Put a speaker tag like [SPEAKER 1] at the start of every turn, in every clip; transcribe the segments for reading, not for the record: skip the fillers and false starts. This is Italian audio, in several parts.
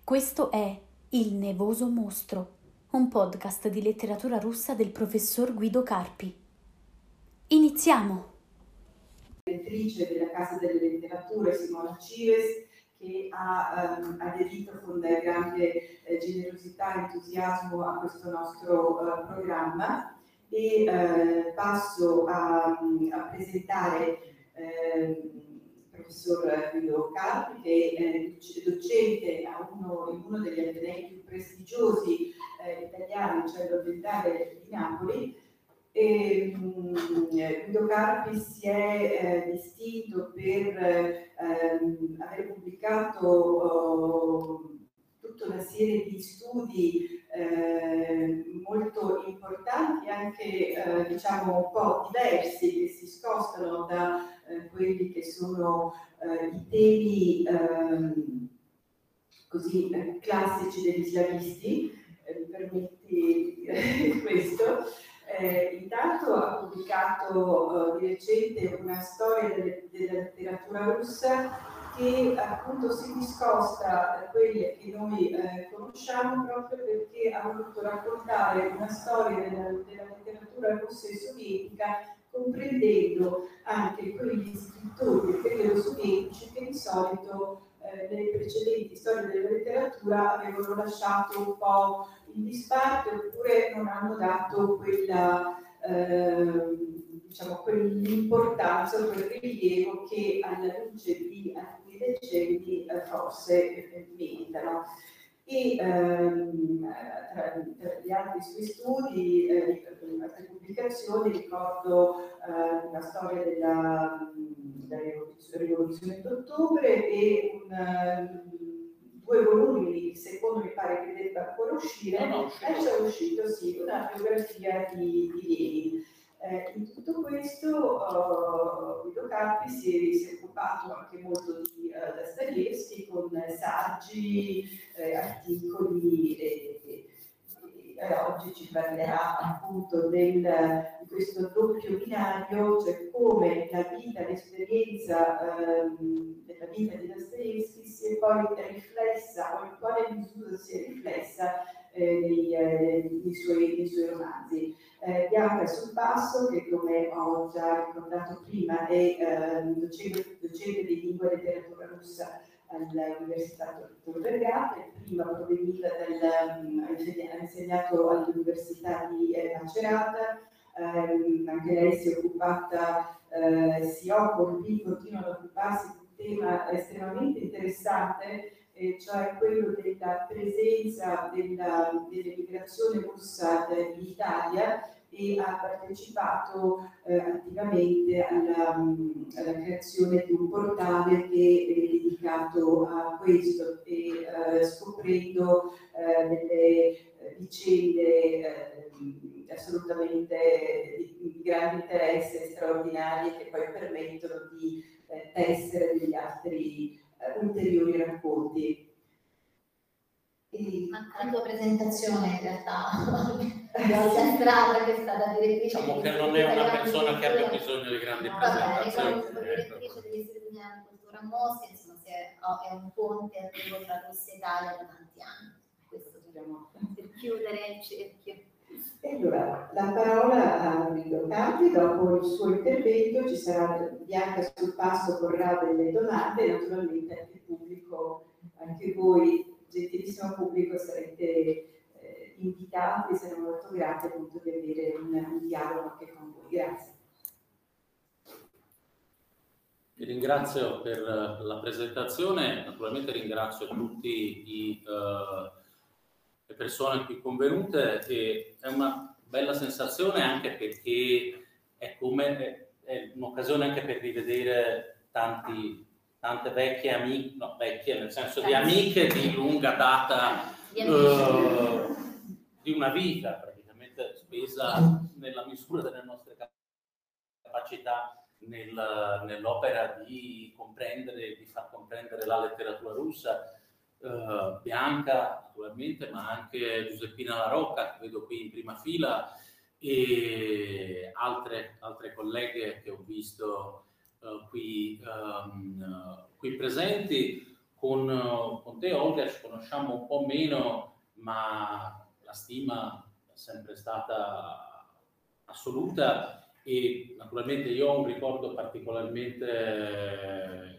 [SPEAKER 1] Questo è Il Nevoso Mostro, un podcast di letteratura russa del professor Guido Carpi. Iniziamo!
[SPEAKER 2] Direttrice della Casa delle Letterature, Simona Cives, che ha aderito con grande generosità e entusiasmo a questo nostro programma, e passo a presentare il professor Guido Carpi, che è docente in uno degli atenei più prestigiosi italiani, cioè l'Orientale di Napoli. Guido Carpi si è distinto per aver pubblicato tutta una serie di studi molto importanti, anche diciamo un po' diversi, che si scostano da quelli che sono i temi così classici degli islamisti. Mi permetti di dire questo. Intanto ha pubblicato di recente una storia della letteratura russa che appunto si discosta da quelle che noi conosciamo, proprio perché ha voluto raccontare una storia della letteratura russa e sovietica, comprendendo anche quegli scrittori del periodo sovietici che di solito nelle precedenti storie della letteratura avevano lasciato un po' in disparte, oppure non hanno dato quella diciamo quell'importanza o quel rilievo che alla luce di alcuni decenni forse meritano. E tra gli altri suoi studi, altre pubblicazioni, ricordo la storia della rivoluzione d'ottobre e due volumi, il secondo mi pare che debba ancora uscire, è già uscito, sì, una biografia di Lenin. In tutto questo Guido Carpi si è occupato anche molto di Dostoevskij, con saggi, articoli, e oggi ci parlerà appunto di questo doppio binario, cioè come la vita, l'esperienza della vita di Dostoevskij si è poi riflessa, o in quale misura si è riflessa nei suoi romanzi. Bianca Sulpasso, che come ho già ricordato prima è docente di lingua e letteratura russa all'Università Tor Vergata, prima proveniva ha insegnato all'Università di Macerata, anche lei si è occupata, continua ad occuparsi di un tema estremamente interessante, cioè quello della presenza dell'emigrazione russa in Italia, e ha partecipato attivamente alla creazione di un portale che è dedicato a questo, e scoprendo delle vicende assolutamente di grande interesse, straordinarie, che poi permettono di tessere degli altri ulteriori racconti.
[SPEAKER 3] Manca la tua presentazione in realtà, la strada che è stata direttrice.
[SPEAKER 4] Diciamo che non è una persona che abbia bisogno di grandi presentazioni.
[SPEAKER 3] Vabbè, direttrice dell'Istituto di Cultura Mosca, insomma, è un ponte arrivo tra Russia e Italia da tanti anni. Questo dobbiamo per chiudere il cerchio.
[SPEAKER 2] E allora la parola a Guido Carpi. Dopo il suo intervento ci sarà Bianca Sulpasso, porrà delle domande, naturalmente anche il pubblico, anche voi, gentilissimo pubblico, sarete invitati, e saremo molto grati appunto di avere un dialogo anche con voi. Grazie.
[SPEAKER 4] Vi ringrazio per la presentazione, naturalmente ringrazio tutti le persone qui convenute, e è una bella sensazione anche perché è un'occasione anche per rivedere tante vecchie amiche, no, vecchie nel senso di amiche di lunga data, di una vita praticamente spesa nella misura delle nostre capacità nell'opera di far comprendere la letteratura russa. Bianca naturalmente, ma anche Giuseppina La Rocca, che vedo qui in prima fila, e altre colleghe che ho visto qui presenti, con te, Olga, ci conosciamo un po' meno, ma la stima è sempre stata assoluta e naturalmente io ho un ricordo particolarmente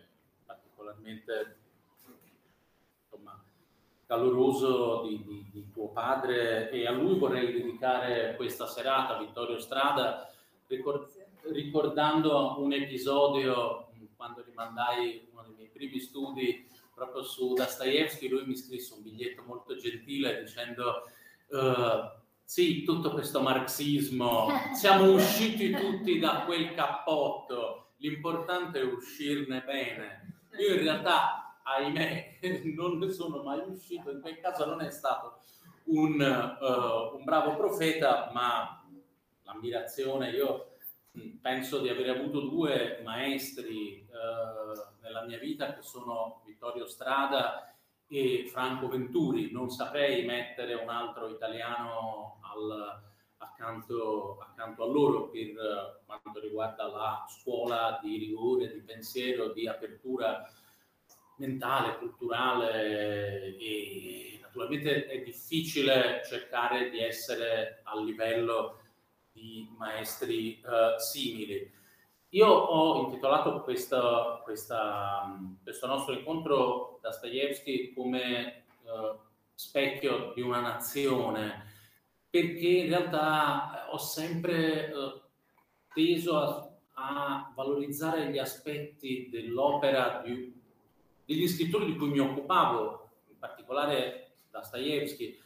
[SPEAKER 4] insomma, caloroso di tuo padre, e a lui vorrei dedicare questa serata, Vittorio Strada, ricordando un episodio quando gli mandai uno dei miei primi studi proprio su Dostoevskij. Lui mi scrisse un biglietto molto gentile dicendo sì, tutto questo marxismo, siamo usciti tutti da quel cappotto, l'importante è uscirne bene. Io in realtà, ahimè, non ne sono mai uscito, in quel caso non è stato un bravo profeta, ma l'ammirazione, io penso di aver avuto due maestri nella mia vita che sono Vittorio Strada e Franco Venturi. Non saprei mettere un altro italiano accanto a loro per quanto riguarda la scuola di rigore, di pensiero, di apertura mentale, culturale, e naturalmente è difficile cercare di essere al livello di maestri simili. Io ho intitolato questo nostro incontro Dostoevskij come specchio di una nazione, perché in realtà ho sempre teso a valorizzare gli aspetti dell'opera degli scrittori di cui mi occupavo, in particolare Dostoevskij,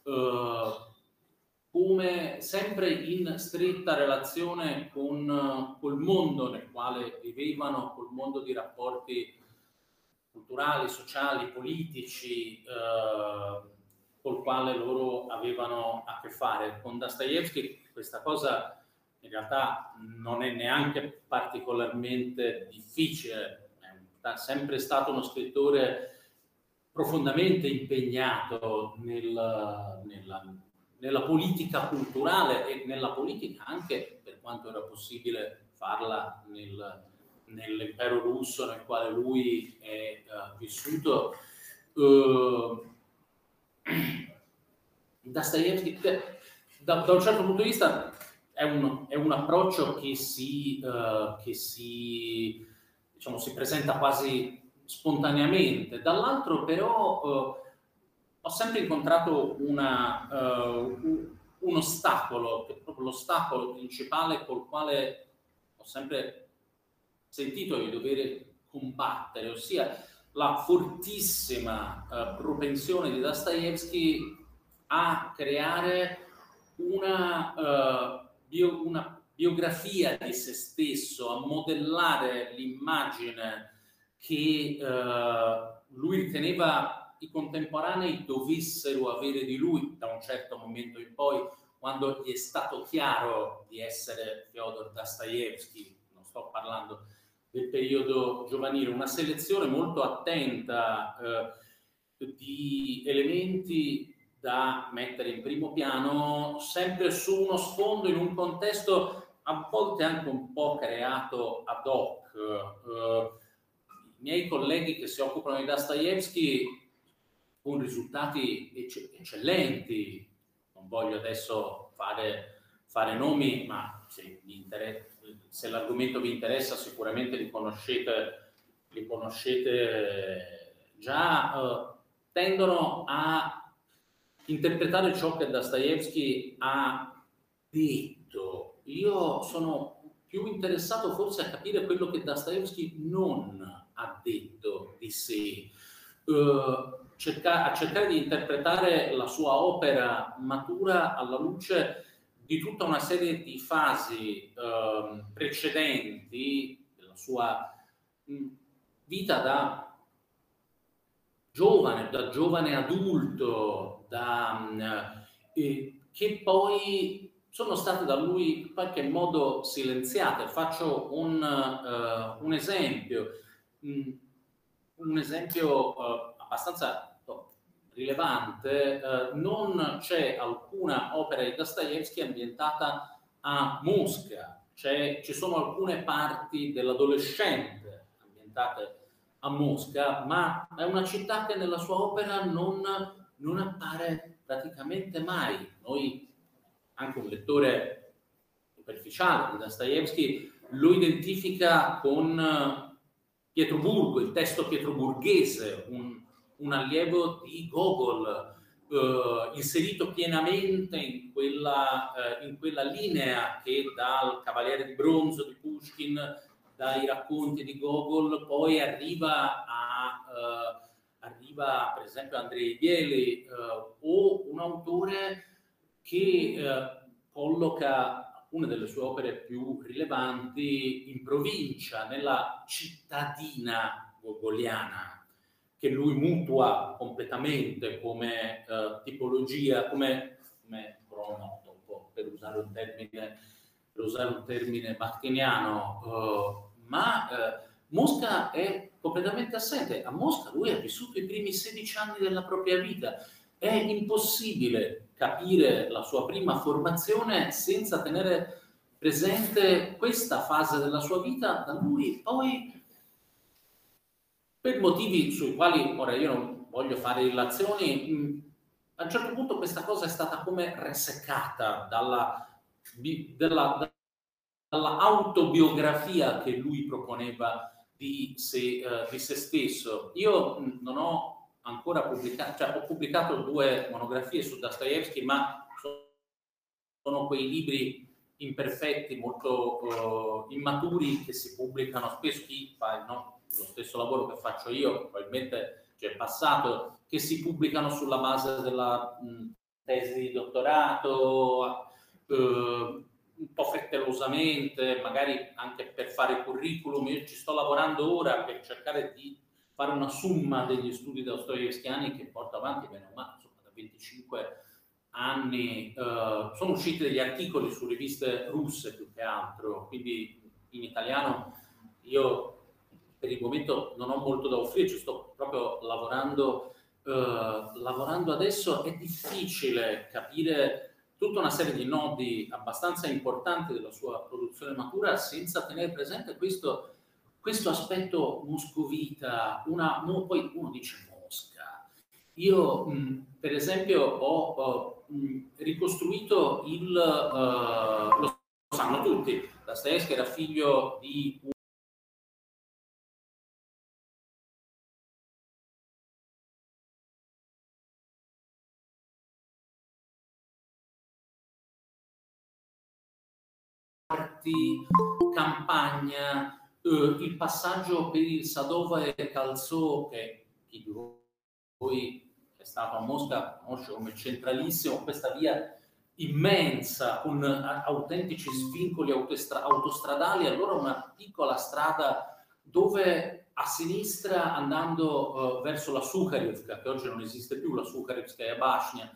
[SPEAKER 4] come sempre in stretta relazione con col mondo nel quale vivevano, col mondo di rapporti culturali, sociali, politici, col quale loro avevano a che fare. Con Dostoevskij questa cosa in realtà non è neanche particolarmente difficile, è sempre stato uno scrittore profondamente impegnato nella politica culturale e nella politica anche, per quanto era possibile farla nell'impero russo nel quale lui è vissuto. Dostoevskij, da un certo punto di vista, è un approccio che si presenta quasi spontaneamente. Dall'altro però ho sempre incontrato un ostacolo, che è proprio l'ostacolo principale col quale ho sempre sentito di dover combattere, ossia la fortissima propensione di Dostoevskij a creare una biografia di se stesso, a modellare l'immagine che lui riteneva i contemporanei dovessero avere di lui da un certo momento in poi, quando gli è stato chiaro di essere Fyodor Dostoevskij. Non sto parlando del periodo giovanile, una selezione molto attenta di elementi da mettere in primo piano, sempre su uno sfondo, in un contesto a volte anche un po' creato ad hoc. I miei colleghi che si occupano di Dostoevskij con risultati eccellenti, non voglio adesso fare nomi, ma se l'argomento vi interessa sicuramente li conoscete già, tendono a interpretare ciò che Dostoevskij ha detto. Io sono più interessato forse a capire quello che Dostoevskij non ha detto di sé, a cercare di interpretare la sua opera matura alla luce di tutta una serie di fasi precedenti della sua vita da giovane adulto, che poi sono state da lui in qualche modo silenziate. Faccio un esempio. Un esempio abbastanza rilevante: non c'è alcuna opera di Dostoevskij ambientata a Mosca, ci sono alcune parti dell'adolescente ambientate a Mosca, ma è una città che nella sua opera non appare praticamente mai. Noi, anche un lettore superficiale di Dostoevskij, lo identifica con Pietroburgo, il testo pietroburghese, un allievo di Gogol, inserito pienamente in quella linea che dal Cavaliere di Bronzo di Pushkin, dai racconti di Gogol, poi arriva per esempio Andrei Bieli, o un autore che colloca una delle sue opere più rilevanti in provincia, nella cittadina gogoliana, che lui mutua completamente come tipologia, come cronotopo, per usare un termine bakhtiniano, ma Mosca è completamente assente. A Mosca lui ha vissuto i primi 16 anni della propria vita. È impossibile capire la sua prima formazione senza tenere presente questa fase della sua vita da lui poi, per motivi sui quali ora io non voglio fare illazioni, a un certo punto questa cosa è stata come reseccata dalla autobiografia che lui proponeva di se stesso. Io non ho ancora pubblicato, cioè ho pubblicato 2 monografie su Dostoevskij, ma sono quei libri imperfetti, molto immaturi, che si pubblicano spesso. Chi fa lo stesso lavoro che faccio io, probabilmente c'è passato, che si pubblicano sulla base della tesi di dottorato, un po' frettolosamente, magari anche per fare curriculum. Io ci sto lavorando ora per cercare di fare una summa degli studi dostoevskiani che porto avanti bene o male, insomma, da 25 anni. Sono usciti degli articoli su riviste russe più che altro, quindi in italiano io per il momento non ho molto da offrire, ci sto proprio lavorando adesso. È difficile capire tutta una serie di nodi abbastanza importanti della sua produzione matura senza tenere presente questo aspetto moscovita. Poi uno dice Mosca. Io per esempio ho ricostruito lo sanno tutti, Dostoevskij era figlio di campagna, il passaggio per il Sadova e Kalsò, che chi di voi è stato a Mosca conosce come centralissimo, questa via immensa con autentici svincoli autostradali. Allora una piccola strada dove a sinistra, andando verso la Sukharevka, che oggi non esiste più, la Sukharevskaya Bashnia,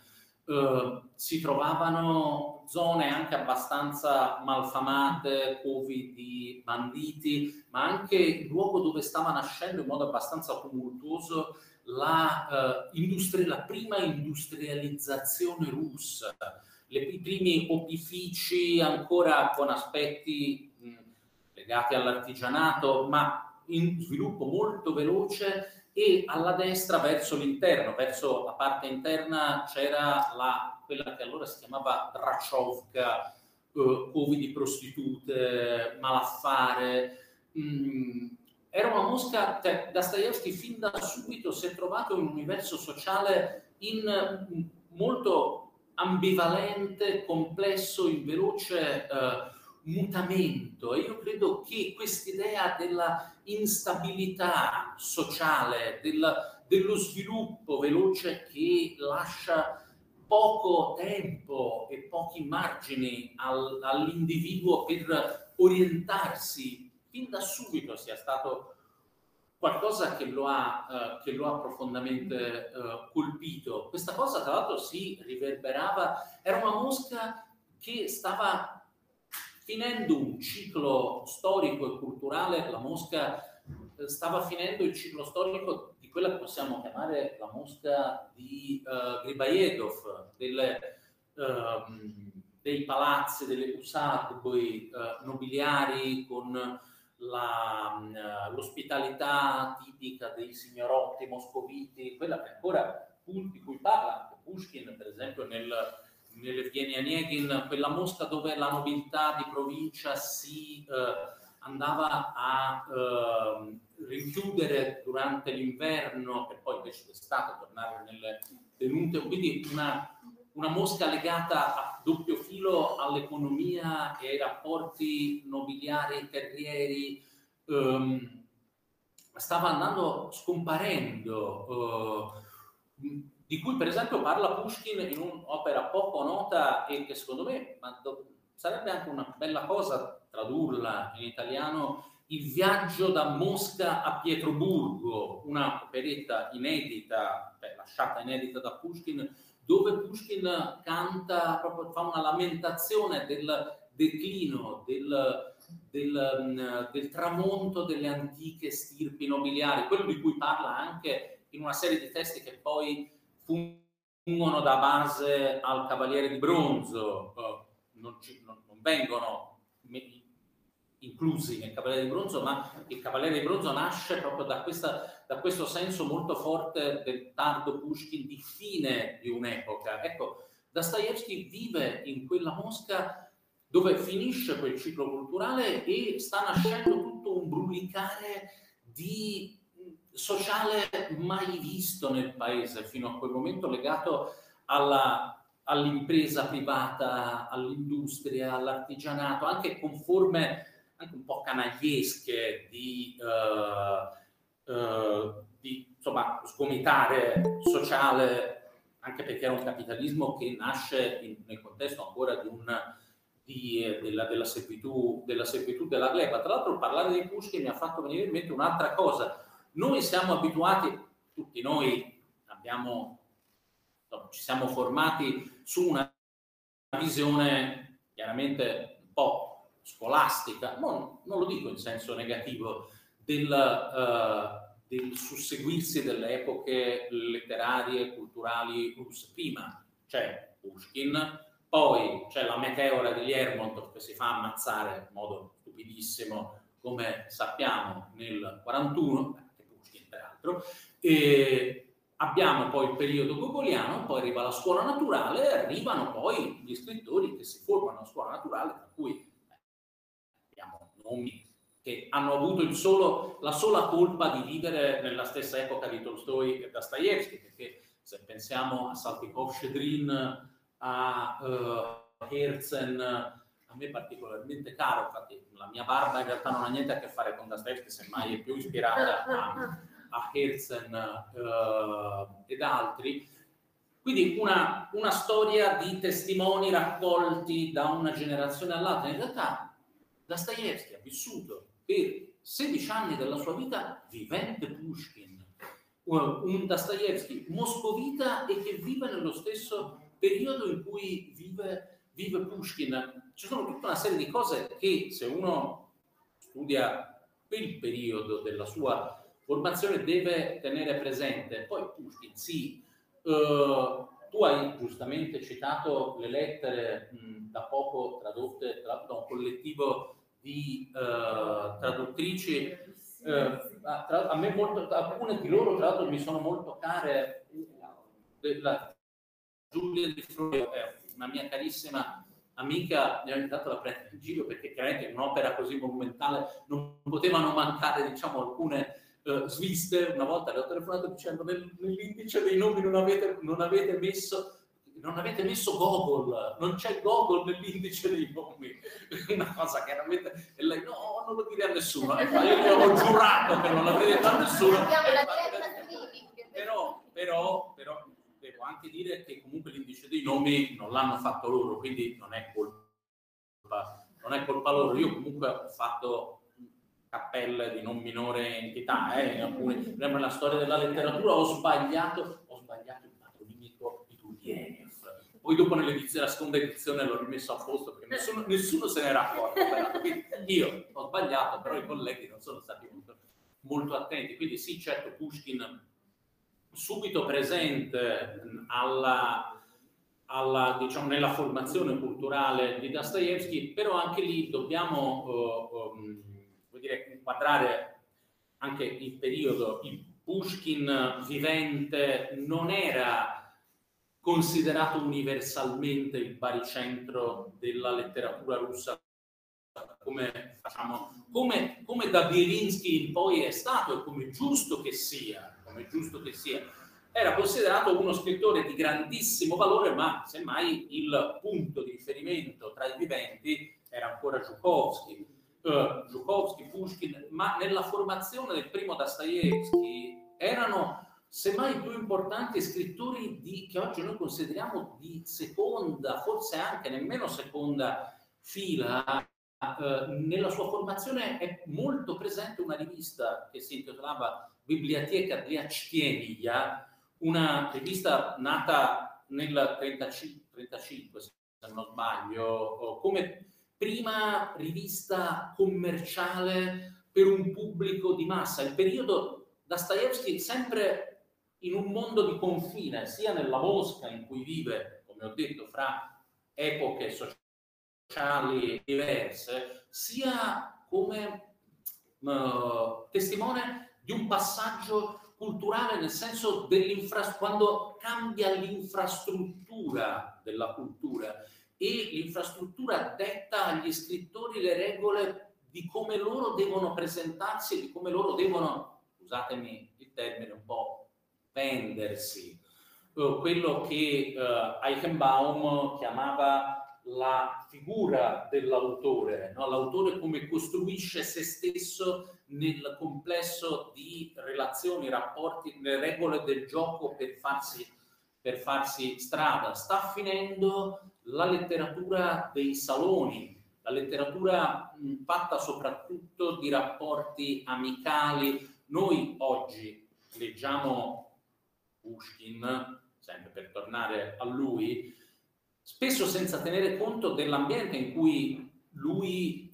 [SPEAKER 4] si trovavano zone anche abbastanza malfamate, covi di banditi, ma anche il luogo dove stava nascendo in modo abbastanza tumultuoso la prima industrializzazione russa, i primi opifici ancora con aspetti legati all'artigianato, ma in sviluppo molto veloce. E alla destra, verso l'interno, verso la parte interna, c'era quella che allora si chiamava Drachovka, covi di prostitute, malaffare. Era una Mosca, Dostoevskij fin da subito si è trovato in un universo sociale molto ambivalente, complesso, in veloce mutamento. E io credo che quest'idea della instabilità sociale, dello sviluppo veloce che lascia poco tempo e pochi margini all'individuo per orientarsi, fin da subito sia stato qualcosa che lo ha profondamente colpito. Questa cosa tra l'altro si riverberava, era una Mosca che stava finendo un ciclo storico e culturale. La Mosca stava finendo il ciclo storico di quella che possiamo chiamare la Mosca di Gribajedov, dei palazzi, delle usadboi nobiliari con l'ospitalità tipica dei signorotti moscoviti, quella che ancora di cui parla anche Pushkin, per esempio nell'Evgeny Onegin, quella Mosca dove la nobiltà di provincia si andava a rinchiudere durante l'inverno, per poi invece d'estate tornare nelle tenute, quindi una Mosca legata a doppio filo all'economia e ai rapporti nobiliari, terrieri, stava andando scomparendo, di cui per esempio parla Pushkin in un'opera poco nota e che secondo me sarebbe anche una bella cosa tradurla in italiano, Il viaggio da Mosca a Pietroburgo, una operetta inedita, lasciata inedita da Pushkin, dove Pushkin canta, proprio fa una lamentazione del declino, del tramonto delle antiche stirpi nobiliari, quello di cui parla anche in una serie di testi che poi fungono da base al Cavaliere di Bronzo, non vengono inclusi nel Cavaliere di Bronzo, ma il Cavaliere di Bronzo nasce proprio da questo senso molto forte del tardo Pushkin di fine di un'epoca. Ecco, Dostoevskij vive in quella Mosca dove finisce quel ciclo culturale e sta nascendo tutto un brulicare di sociale mai visto nel paese fino a quel momento, legato all'impresa privata, all'industria, all'artigianato, anche con forme anche un po' canagliesche di insomma, sgomitare sociale, anche perché era un capitalismo che nasce nel contesto ancora della servitù della gleba. Tra l'altro, parlare di Pushkin mi ha fatto venire in mente un'altra cosa. Noi siamo abituati, tutti noi ci siamo formati su una visione chiaramente un po' scolastica, non lo dico in senso negativo, del susseguirsi delle epoche letterarie e culturali russe. Prima c'è Pushkin, poi c'è la meteora di Lermontov che si fa ammazzare in modo stupidissimo, come sappiamo, nel 41, anche Pushkin peraltro, e abbiamo poi il periodo gogoliano, poi arriva la scuola naturale, e arrivano poi gli scrittori che si formano alla scuola naturale, tra cui abbiamo nomi che hanno avuto la sola colpa di vivere nella stessa epoca di Tolstoi e Dostoevskij, perché se pensiamo a Saltykov-Shchedrin, a Herzen, a me particolarmente caro, infatti la mia barba in realtà non ha niente a che fare con Dostoevskij, semmai è più ispirata a Herzen ed altri. Quindi una storia di testimoni raccolti da una generazione all'altra. In realtà Dostoevskij ha vissuto per 16 anni della sua vita vivente Pushkin, un Dostoevskij moscovita e che vive nello stesso periodo in cui vive Pushkin. Ci sono tutta una serie di cose che, se uno studia quel periodo della sua formazione, deve tenere presente. Poi Pushkin, sì, tu hai giustamente citato le lettere da poco tradotte da un collettivo di traduttrici. A me alcune di loro, tra l'altro, mi sono molto care. Giulia Di Florio è una mia carissima amica, mi ha invitato a prendere in giro perché chiaramente in un'opera così monumentale non potevano mancare, diciamo, alcune sviste. Una volta le ho telefonato dicendo nell'indice dei nomi non avete messo Gogol, non c'è Gogol nell'indice dei nomi, una cosa chiaramente, e lei no, non lo dire a nessuno, io gli ho giurato che non l'avrei detto a nessuno. Però devo anche dire che comunque l'indice dei nomi non l'hanno fatto loro, quindi non è colpa loro. Io comunque ho fatto cappelle di non minore entità, nella storia della letteratura ho sbagliato il patronimico di Turgenev. Poi dopo la seconda edizione l'ho rimesso a posto perché nessuno se n'era accorto. Io ho sbagliato, però i colleghi non sono stati molto attenti. Quindi sì, certo, Pushkin subito presente diciamo, nella formazione culturale di Dostoevskij, però anche lì dobbiamo vuol dire, inquadrare anche il periodo. Il Pushkin vivente non era considerato universalmente il baricentro della letteratura russa come da Bielinskij in poi è stato, e come giusto che sia. Era considerato uno scrittore di grandissimo valore, ma semmai il punto di riferimento tra i viventi era ancora Zhukovsky, Pushkin, ma nella formazione del primo Dostoevskij erano semmai più importanti scrittori che oggi noi consideriamo di seconda, forse anche nemmeno seconda fila. Nella sua formazione è molto presente una rivista che si intitolava Biblioteca для чтения, una rivista nata nel 35, se non sbaglio, come prima rivista commerciale per un pubblico di massa. Il periodo Dostoevskij sempre in un mondo di confine, sia nella Mosca in cui vive, come ho detto, fra epoche sociali diverse, sia come testimone di un passaggio culturale, nel senso quando cambia l'infrastruttura della cultura e l'infrastruttura detta agli scrittori le regole di come loro devono presentarsi e di come loro devono, scusatemi il termine, un po' vendersi. Quello che Eichenbaum chiamava la figura dell'autore, no? L'autore come costruisce se stesso nel complesso di relazioni, rapporti, le regole del gioco per farsi strada. Sta finendo la letteratura dei saloni, la letteratura fatta soprattutto di rapporti amicali. Noi oggi leggiamo Pushkin, sempre per tornare a lui, spesso senza tenere conto dell'ambiente in cui lui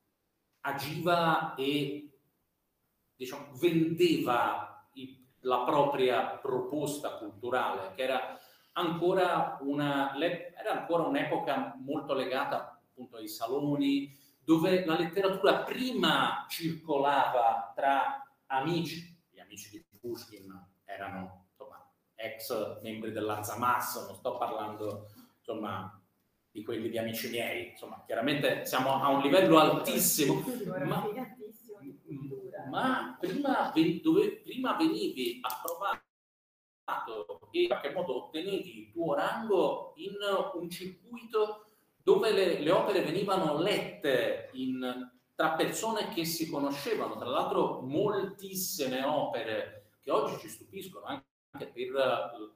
[SPEAKER 4] agiva e, diciamo, vendeva la propria proposta culturale, che era ancora un'epoca molto legata appunto ai saloni, dove la letteratura prima circolava tra amici. Gli amici di Pushkin erano, insomma, ex membri dell'Arzamas, non sto parlando, insomma, di quelli di amici miei, insomma, chiaramente siamo a un livello altissimo, ma prima venivi approvato e in qualche modo ottenevi il tuo rango in un circuito dove le opere venivano lette tra persone che si conoscevano. Tra l'altro moltissime opere che oggi ci stupiscono anche per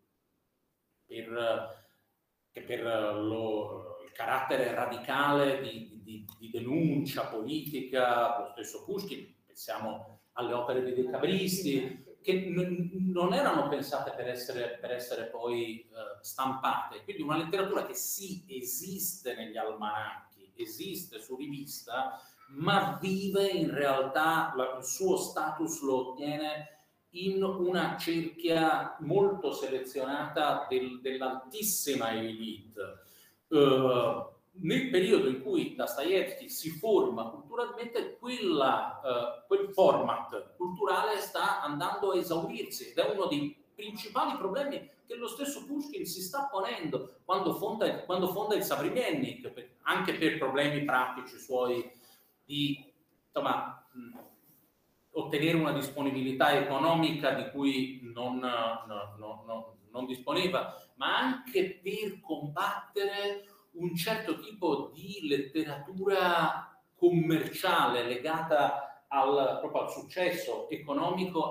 [SPEAKER 4] il carattere radicale di denuncia politica, lo stesso Pushkin, pensiamo alle opere dei decabristi, che non erano pensate per essere poi stampate. Quindi una letteratura che sì, esiste negli almanacchi, esiste su rivista, ma vive in realtà, il suo status lo ottiene in una cerchia molto selezionata dell'altissima elite. Nel periodo in cui Dostoevskij si forma culturalmente, quel format culturale sta andando a esaurirsi, ed è uno dei principali problemi che lo stesso Pushkin si sta ponendo quando fonda il Savremennik, anche per problemi pratici suoi di, insomma, ottenere una disponibilità economica di cui non disponeva, ma anche per combattere un certo tipo di letteratura commerciale legata proprio al successo economico,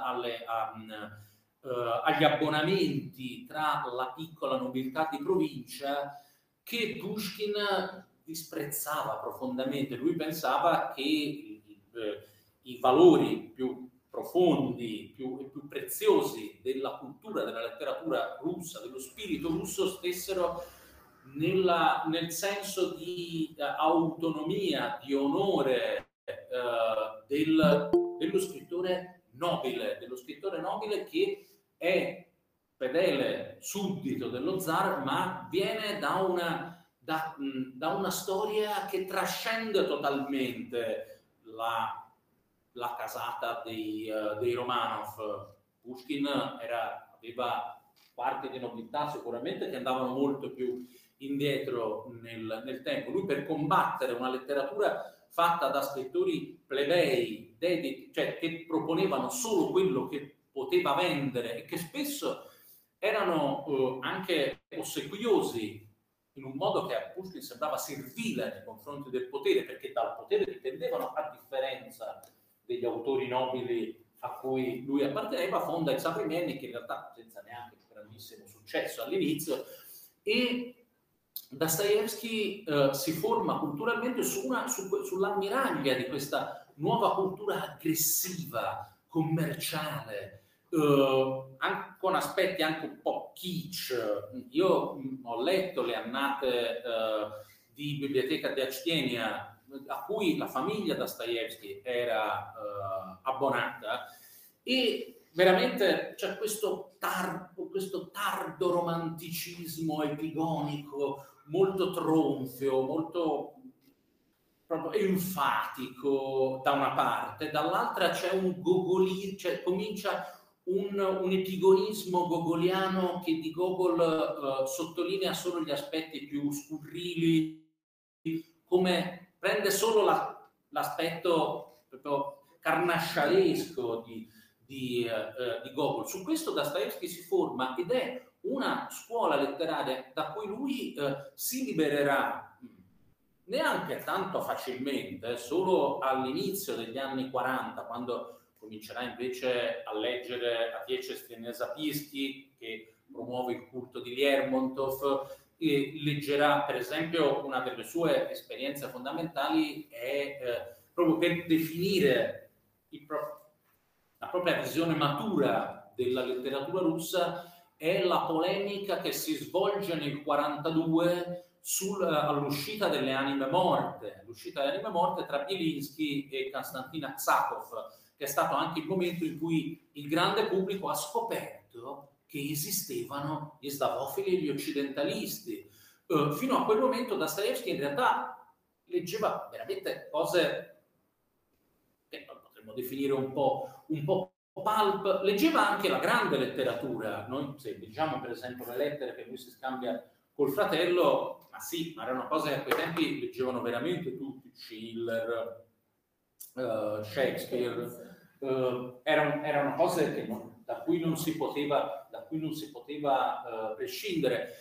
[SPEAKER 4] agli abbonamenti tra la piccola nobiltà di provincia, che Pushkin disprezzava profondamente. Lui pensava che i valori più profondi e più preziosi della cultura, della letteratura russa, dello spirito russo, stessero nel senso di autonomia, di onore dello scrittore nobile che è fedele suddito dello zar, ma viene da una storia che trascende totalmente la casata dei Romanov. Pushkin aveva parti di nobiltà sicuramente che andavano molto più indietro nel tempo. Lui, per combattere una letteratura fatta da scrittori plebei, cioè che proponevano solo quello che poteva vendere e che spesso erano anche ossequiosi, in un modo che a Pushkin sembrava servile nei confronti del potere, perché dal potere dipendevano, a differenza degli autori nobili a cui lui apparteneva, fonda i Savrimennik, che in realtà senza neanche grandissimo successo all'inizio, e Dostoevskij si forma culturalmente sull'ammiraglia di questa nuova cultura aggressiva, commerciale, con aspetti anche un po' kitsch. Io ho letto le annate di Biblioteca di Actenia, a cui la famiglia Dostoevskij era abbonata, e veramente c'è questo tardo romanticismo epigonico molto tronfio, molto proprio enfatico da una parte, dall'altra c'è comincia un epigonismo gogoliano che di Gogol sottolinea solo gli aspetti più scurrili, come prende solo l'aspetto proprio carnascialesco di Gogol. Su questo Dostoevskij si forma ed è una scuola letteraria da cui lui si libererà neanche tanto facilmente, solo all'inizio degli anni 40, quando comincerà invece a leggere Atiecestri e Nezapisky, che promuove il culto di Lermontov, e leggerà, per esempio, una delle sue esperienze fondamentali è proprio per definire la propria visione matura della letteratura russa, è la polemica che si svolge nel 42 all'uscita delle Anime Morte, tra Bielinskij e Konstantin Aksakov, che è stato anche il momento in cui il grande pubblico ha scoperto che esistevano gli slavofili e gli occidentalisti. Fino a quel momento Dostoevskij in realtà leggeva veramente cose che potremmo definire un po' pulp, leggeva anche la grande letteratura. Noi, se leggiamo per esempio le lettere che lui si scambia col fratello, ma erano cose che a quei tempi leggevano veramente tutti, Schiller, Shakespeare, erano cose da cui non si poteva prescindere.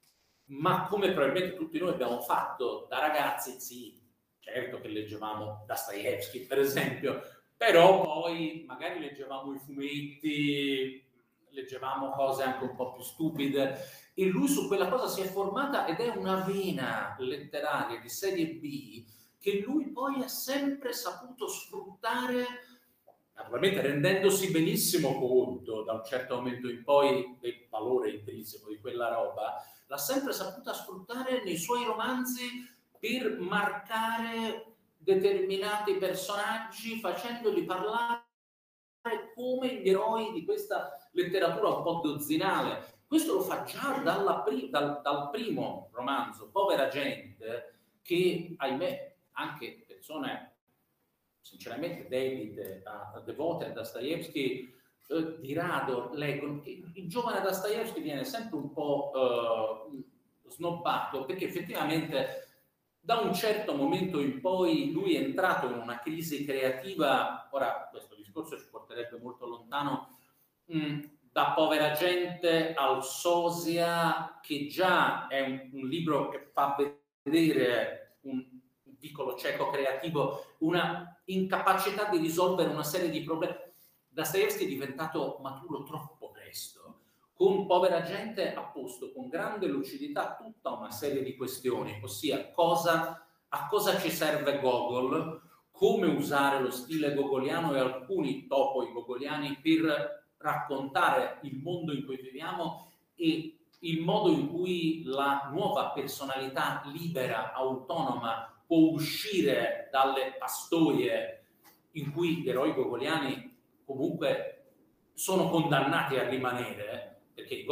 [SPEAKER 4] Ma come probabilmente tutti noi abbiamo fatto da ragazzi, sì, certo che leggevamo Dostoevskij per esempio, però poi magari leggevamo i fumetti, leggevamo cose anche un po' più stupide, e lui su quella cosa si è formata, ed è una vena letteraria di serie B che lui poi ha sempre saputo sfruttare, naturalmente rendendosi benissimo conto da un certo momento in poi del valore intrinseco di quella roba, l'ha sempre saputa sfruttare nei suoi romanzi per marcare determinati personaggi, facendoli parlare come gli eroi di questa letteratura un po' dozzinale. Questo lo fa già dal primo romanzo, Povera gente, che ahimè anche persone sinceramente devote a Dostoevskij di rado leggono. Il giovane Dostoevskij viene sempre un po' snobbato, perché effettivamente da un certo momento in poi lui è entrato in una crisi creativa. Ora questo discorso ci porterebbe molto lontano, da Povera gente al Sosia, che già è un libro che fa vedere un piccolo cieco creativo, una incapacità di risolvere una serie di problemi. Dostoevskij è diventato maturo troppo presto. Con Povera gente ha posto con grande lucidità tutta una serie di questioni, ossia a cosa ci serve Gogol, come usare lo stile gogoliano e alcuni topoi gogoliani per raccontare il mondo in cui viviamo e il modo in cui la nuova personalità libera, autonoma, può uscire dalle pastoie in cui gli eroi gogoliani comunque sono condannati a rimanere, perché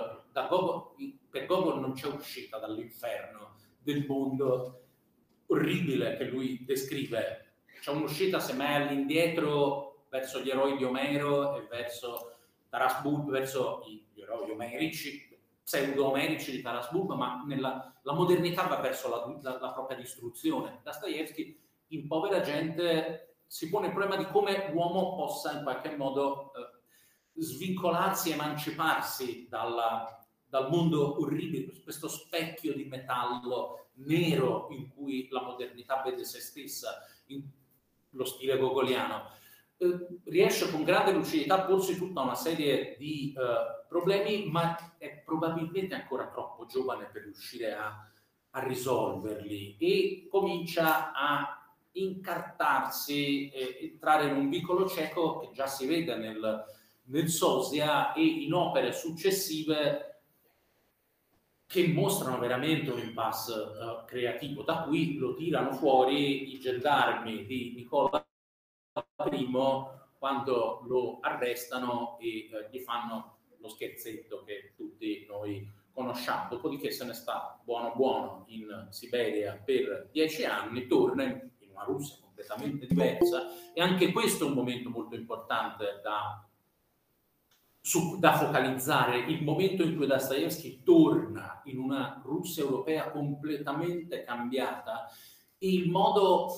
[SPEAKER 4] per Gogol non c'è uscita dall'inferno del mondo orribile che lui descrive c'è un'uscita semmai all'indietro verso gli eroi di Omero e verso Taras Bulba, verso gli eroi omerici, pseudo-omerici di Taras Bulba, ma la modernità va verso la propria distruzione. Dostoevskij in Povera gente si pone il problema di come l'uomo possa in qualche modo svincolarsi, emanciparsi dal mondo orribile, questo specchio di metallo nero in cui la modernità vede se stessa, in lo stile gogoliano. Riesce con grande lucidità a porsi tutta una serie di problemi, ma è probabilmente ancora troppo giovane per riuscire a risolverli, e comincia a incartarsi, entrare in un vicolo cieco che già si vede nel Sosia e in opere successive che mostrano veramente un impasse creativo. Da qui lo tirano fuori i gendarmi di Nicola I quando lo arrestano e gli fanno lo scherzetto che tutti noi conosciamo. Dopodiché se ne sta buono in Siberia per 10 anni, torna in una Russia completamente diversa, e anche questo è un momento molto importante da focalizzare, il momento in cui Dostoevskij torna in una Russia europea completamente cambiata, il modo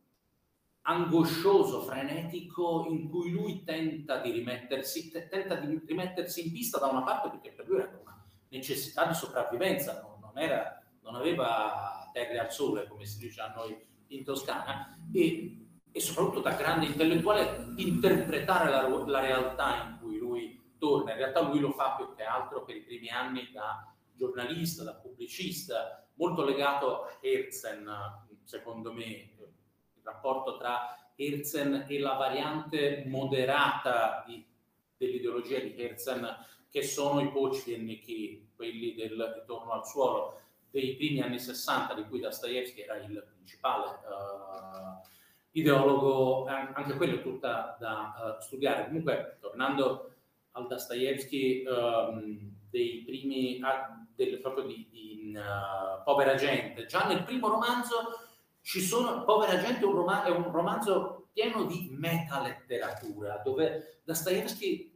[SPEAKER 4] angoscioso, frenetico in cui lui tenta di rimettersi in pista, da una parte perché per lui era una necessità di sopravvivenza, non aveva terre al sole, come si dice a noi in Toscana, e soprattutto da grande intellettuale interpretare la realtà in cui lui torna. In realtà lui lo fa più che altro per i primi anni da giornalista, da pubblicista, molto legato a Herzen, secondo me, il rapporto tra Herzen e la variante moderata dell'ideologia di Herzen, che sono i pochvienniki, quelli del ritorno al suolo dei primi anni 60, di cui Dostoevskij era il principale ideologo. Anche quello è tutta da studiare. Comunque, tornando al Dostoevskij dei primi, proprio di Povera gente, già nel primo romanzo Povera gente è un romanzo pieno di metaletteratura, dove Dostoevskij,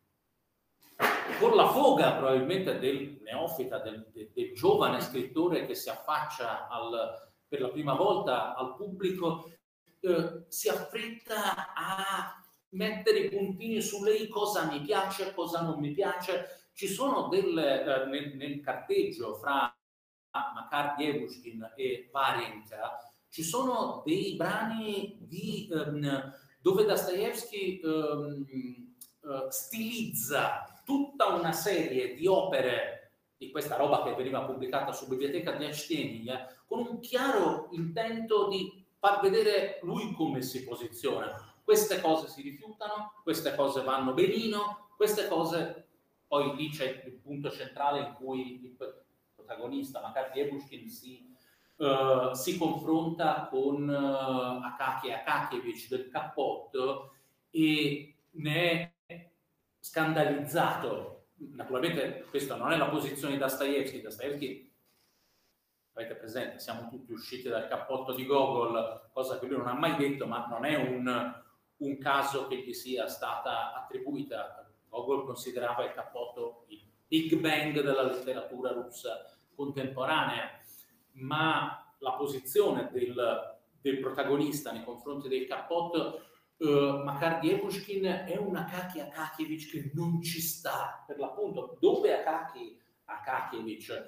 [SPEAKER 4] con la foga probabilmente del neofita, del giovane scrittore che si affaccia per la prima volta al pubblico, si affretta a mettere i puntini su lei, cosa mi piace, cosa non mi piace. Ci sono nel carteggio fra Makar Dievushkin e Varenka, ci sono dei brani dove Dostoevskij stilizza tutta una serie di opere di questa roba che veniva pubblicata su Biblioteca di Achtienia, con un chiaro intento di far vedere lui come si posiziona. Queste cose si rifiutano, queste cose vanno benino, queste cose, poi lì c'è il punto centrale in cui il protagonista Makar Dievushkin si confronta con Akaki Akakevich del Cappotto e ne è scandalizzato. Naturalmente questa non è la posizione di Dostoevskij. Dostoevskij, avete presente, siamo tutti usciti dal Cappotto di Gogol, cosa che lui non ha mai detto, ma non è un caso che gli sia stata attribuita. Gogol considerava il Cappotto il Big Bang della letteratura russa contemporanea, ma la posizione del protagonista nei confronti del Cappotto, Makar Dievushkin è un Akaki Akakevich che non ci sta, per l'appunto, dove Akaki Akakevich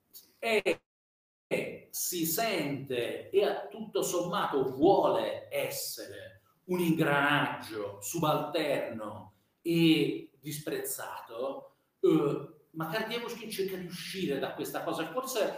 [SPEAKER 4] si sente e tutto sommato vuole essere un ingranaggio subalterno e disprezzato, Makar Dievushkin cerca di uscire da questa cosa.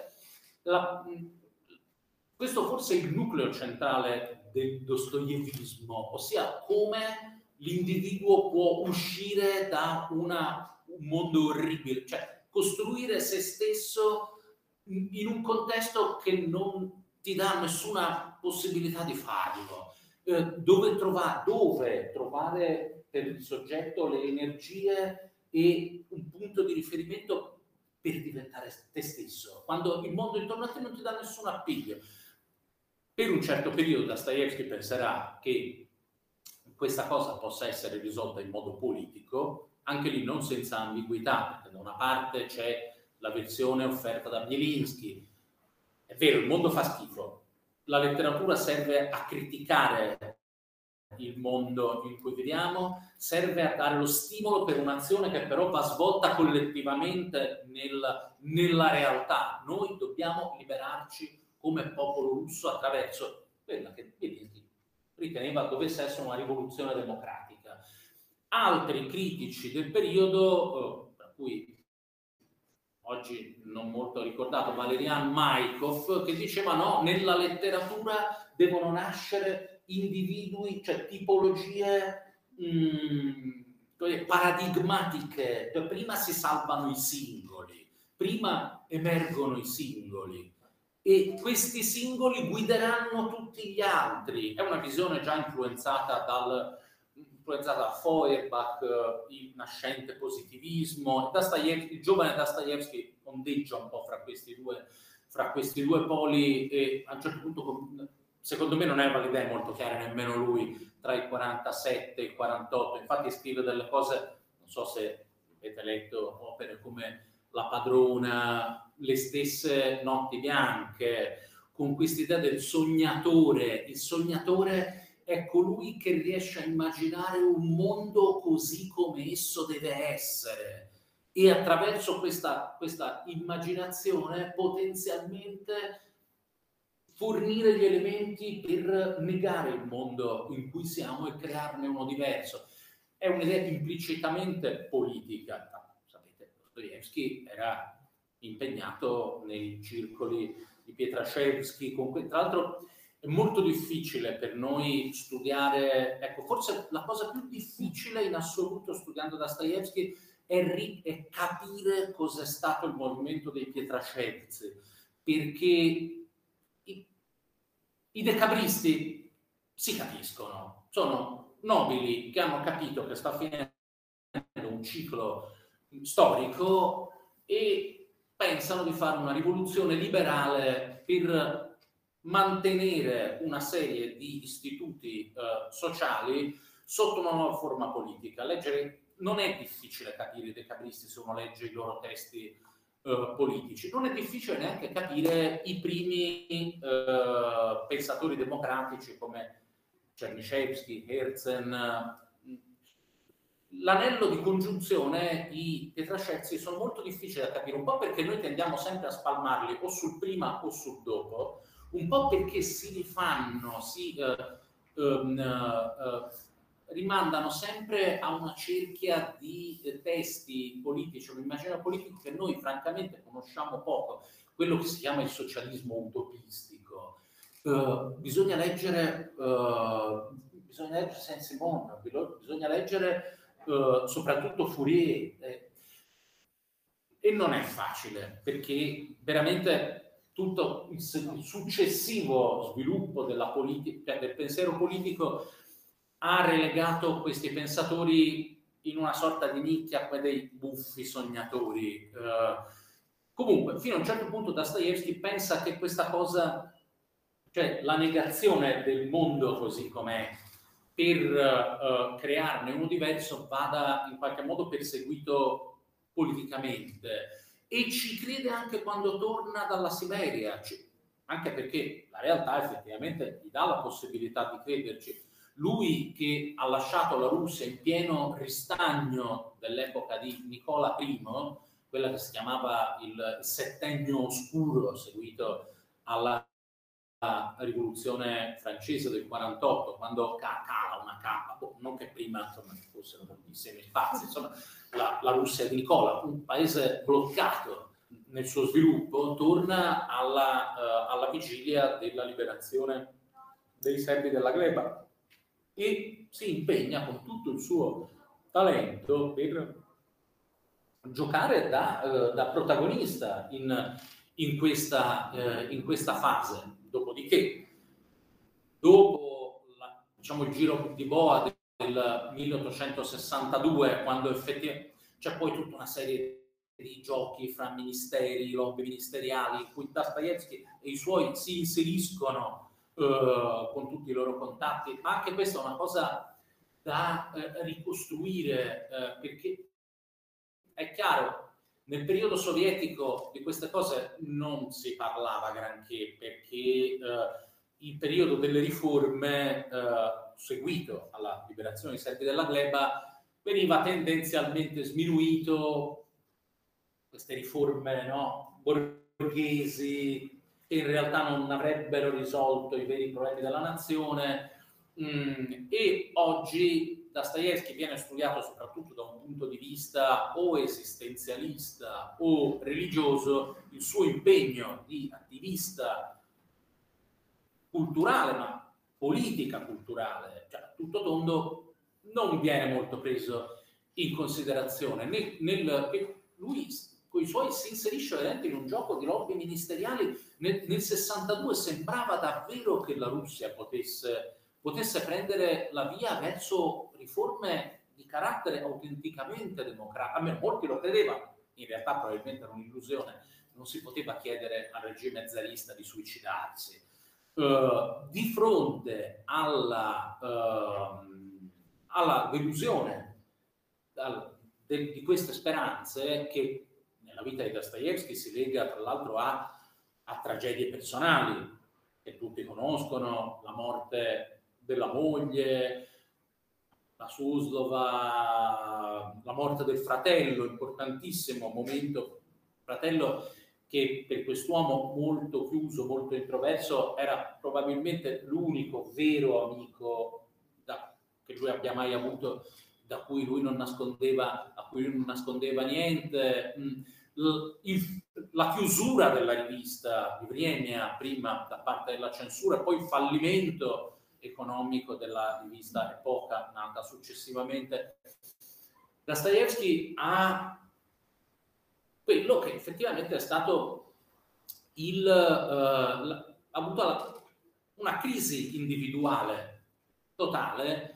[SPEAKER 4] Questo forse è il nucleo centrale del dostoevsismo, ossia come l'individuo può uscire da un mondo orribile, cioè costruire se stesso in un contesto che non ti dà nessuna possibilità di farlo, dove trovare per il soggetto le energie e un punto di riferimento per diventare te stesso, quando il mondo intorno a te non ti dà nessun appiglio. Per un certo periodo Dostoevskij penserà che questa cosa possa essere risolta in modo politico, anche lì non senza ambiguità, perché da una parte c'è la versione offerta da Bielinski. È vero, il mondo fa schifo, la letteratura serve a criticare il mondo in cui viviamo, serve a dare lo stimolo per un'azione che però va svolta collettivamente nella realtà. Noi dobbiamo liberarci come popolo russo attraverso quella che Bielinski riteneva dovesse essere una rivoluzione democratica. Altri critici del periodo, tra cui oggi non molto ricordato Valerian Maikov, che diceva no, nella letteratura devono nascere individui, cioè tipologie paradigmatiche. Prima si salvano i singoli, prima emergono i singoli e questi singoli guideranno tutti gli altri. È una visione già influenzata da Feuerbach, il nascente positivismo. Il giovane Dostoevskij ondeggia un po' fra questi due poli e a un certo punto, secondo me, non aveva le idee molto chiare nemmeno lui tra il 47 e il 48. Infatti scrive delle cose, non so se avete letto opere come La padrona, le stesse Notti bianche, con quest'idea del sognatore. Il sognatore è colui che riesce a immaginare un mondo così come esso deve essere e attraverso questa immaginazione potenzialmente fornire gli elementi per negare il mondo in cui siamo e crearne uno diverso. È un'idea implicitamente politica. Sapete, Dostoevskij era impegnato nei circoli di Pietraszewski, tra l'altro è molto difficile per noi studiare, ecco, forse la cosa più difficile in assoluto studiando Dostoevskij è capire cos'è stato il movimento dei Pietraszewski, perché i decabristi si capiscono, sono nobili che hanno capito che sta finendo un ciclo storico e pensano di fare una rivoluzione liberale per mantenere una serie di istituti sociali sotto una nuova forma politica. Non è difficile capire i decabristi se uno legge i loro testi politici, non è difficile neanche capire i primi pensatori democratici come Czernyszewski, Herzen. L'anello di congiunzione, i Pietraszewski, sono molto difficili da capire, un po' perché noi tendiamo sempre a spalmarli o sul prima o sul dopo, un po' perché si rifanno, rimandano sempre a una cerchia di testi politici, un immaginario politico che noi francamente conosciamo poco, quello che si chiama il socialismo utopistico. Bisogna leggere Saint-Simon, bisogna leggere soprattutto Fourier, e non è facile perché veramente tutto il successivo sviluppo della politica, del pensiero politico ha relegato questi pensatori in una sorta di nicchia come dei buffi sognatori. Comunque, fino a un certo punto Dostoevskij pensa che questa cosa, cioè la negazione del mondo così com'è, per crearne uno diverso, vada in qualche modo perseguito politicamente. E ci crede anche quando torna dalla Siberia, anche perché la realtà effettivamente gli dà la possibilità di crederci. Lui che ha lasciato la Russia in pieno ristagno dell'epoca di Nicola I, quella che si chiamava il settennio oscuro seguito alla rivoluzione francese del 48, quando cala una cappa, non che prima insomma fossero moltissimi spazi, insomma la Russia di Nicola, un paese bloccato nel suo sviluppo, torna alla vigilia della liberazione dei serbi della gleba e si impegna con tutto il suo talento per giocare da protagonista in questa fase. Dopodiché, dopo il giro di boa del 1862, quando effettivamente c'è poi tutta una serie di giochi fra ministeri, lobby ministeriali, in cui Dostoevskij e i suoi si inseriscono con tutti i loro contatti, ma anche questa è una cosa da ricostruire, perché è chiaro, nel periodo sovietico di queste cose non si parlava granché, perché il periodo delle riforme seguito alla liberazione dei serbi della gleba veniva tendenzialmente sminuito, queste riforme, no, borghesi che in realtà non avrebbero risolto i veri problemi della nazione, e oggi Dostoevskij viene studiato soprattutto da un punto di vista o esistenzialista o religioso. Il suo impegno di attivista culturale, ma politica culturale, cioè a tutto tondo, non viene molto preso in considerazione. Lui con i suoi si inserisce veramente in un gioco di lobby ministeriali. Nel 62 sembrava davvero che la Russia potesse prendere la via verso riforme di carattere autenticamente democratico. Almeno molti lo credevano, in realtà probabilmente era un'illusione, non si poteva chiedere al regime zarista di suicidarsi. Di fronte alla delusione di queste speranze, che nella vita di Dostoevskij si lega tra l'altro a tragedie personali che tutti conoscono, la morte della moglie, la Suslova, la morte del fratello, importantissimo momento, fratello che per quest'uomo molto chiuso, molto introverso, era probabilmente l'unico vero amico che lui abbia mai avuto, a cui lui non nascondeva niente. La chiusura della rivista di Vremya prima da parte della censura, poi il fallimento economico della rivista Epoca, nata successivamente. Dostoevskij ha quello che effettivamente è stato ha avuto una crisi individuale totale,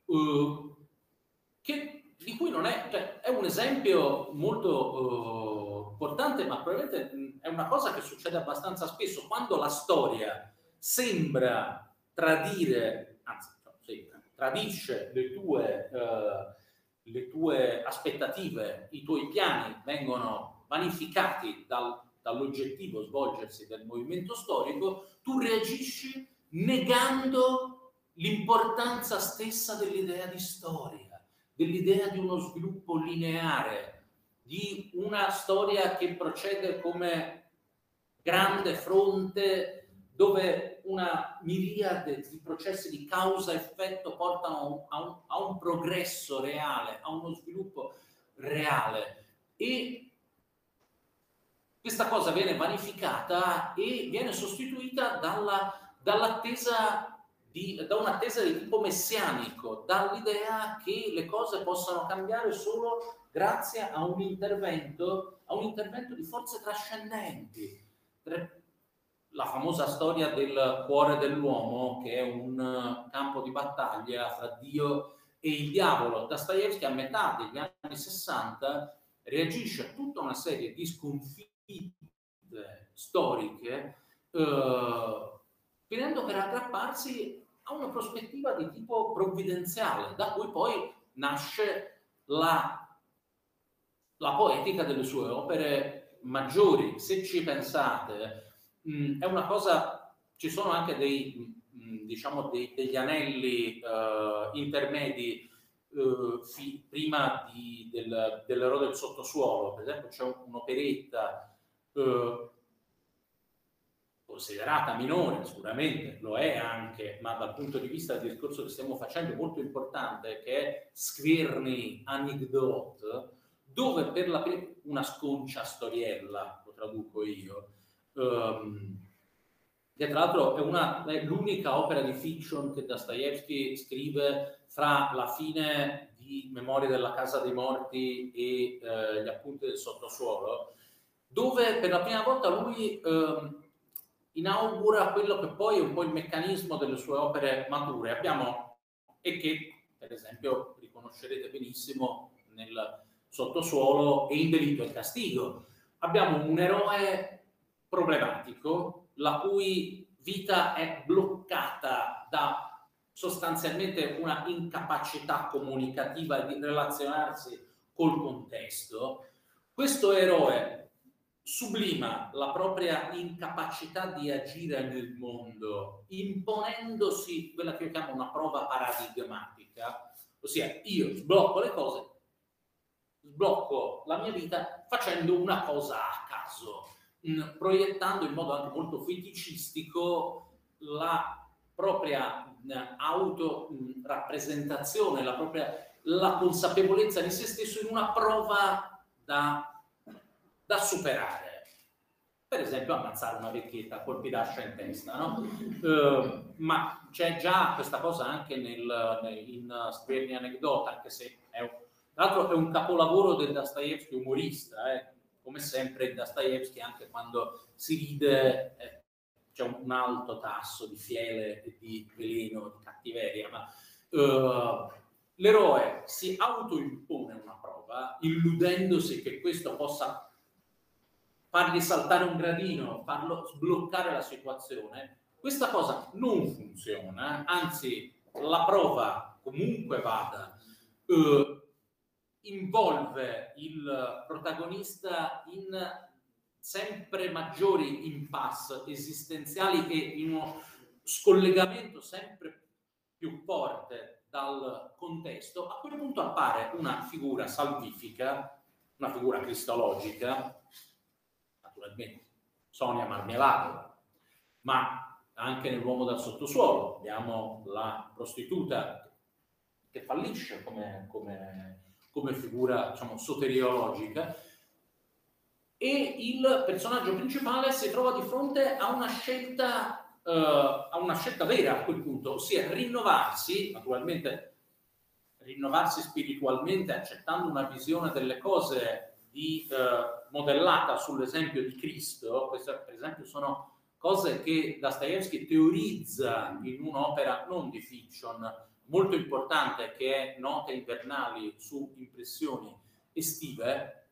[SPEAKER 4] di cui non è un esempio molto importante, ma probabilmente è una cosa che succede abbastanza spesso quando la storia sembra tradire, anzi tradisce le tue aspettative, i tuoi piani vengono vanificati dall'oggettivo svolgersi del movimento storico, tu reagisci negando l'importanza stessa dell'idea di storia, dell'idea di uno sviluppo lineare, di una storia che procede come grande fronte dove una miriade di processi di causa-effetto portano a un progresso reale, a uno sviluppo reale. E questa cosa viene vanificata e viene sostituita da un'attesa di tipo messianico, dall'idea che le cose possano cambiare solo grazie a un intervento di forze trascendenti. La famosa storia del cuore dell'uomo, che è un campo di battaglia fra Dio e il diavolo. Dostoevskij a metà degli anni 60 reagisce a tutta una serie di sconfitte storiche, finendo per aggrapparsi a una prospettiva di tipo provvidenziale, da cui poi nasce la poetica delle sue opere maggiori. Se ci pensate, è una cosa, ci sono anche degli anelli intermedi prima dell'eroe del sottosuolo. Per esempio c'è un'operetta considerata minore, sicuramente lo è anche, ma dal punto di vista del discorso che stiamo facendo molto importante, che è Skvirny Anekdot, dove per una sconcia storiella, lo traduco io, che tra l'altro è l'unica opera di fiction che Dostoevskij scrive fra la fine di Memorie della Casa dei Morti e gli appunti del sottosuolo, dove per la prima volta lui inaugura quello che poi è un po' il meccanismo delle sue opere mature. E che per esempio riconoscerete benissimo nel Sottosuolo e in Delitto e Castigo. Abbiamo un eroe problematico, la cui vita è bloccata da sostanzialmente una incapacità comunicativa di relazionarsi col contesto, questo eroe sublima la propria incapacità di agire nel mondo, imponendosi quella che io chiamo una prova paradigmatica, ossia io sblocco le cose, sblocco la mia vita facendo una cosa a caso, proiettando in modo anche molto feticistico la propria autorappresentazione, la consapevolezza di se stesso in una prova da superare. Per esempio ammazzare una vecchietta a colpi d'ascia in testa, no? Ma c'è già questa cosa anche in Squarni Anecdota, anche se tra l'altro è un capolavoro del Dostoevskij umorista, come sempre Dostoevskij anche quando si ride c'è un alto tasso di fiele e di veleno, di cattiveria, ma l'eroe si autoimpone una prova illudendosi che questo possa fargli saltare un gradino, farlo sbloccare la situazione. Questa cosa non funziona, anzi la prova comunque vada involve il protagonista in sempre maggiori impasse esistenziali e in uno scollegamento sempre più forte dal contesto. A quel punto appare una figura salvifica, una figura cristologica, naturalmente Sonia Marmelato, ma anche nell'Uomo dal sottosuolo abbiamo la prostituta che fallisce come figura, diciamo, soteriologica, e il personaggio principale si trova di fronte a una scelta vera a quel punto, ossia rinnovarsi, naturalmente rinnovarsi spiritualmente accettando una visione delle cose modellata sull'esempio di Cristo. Queste per esempio sono cose che Dostoevskij teorizza in un'opera non di fiction molto importante che è Note invernali su impressioni estive,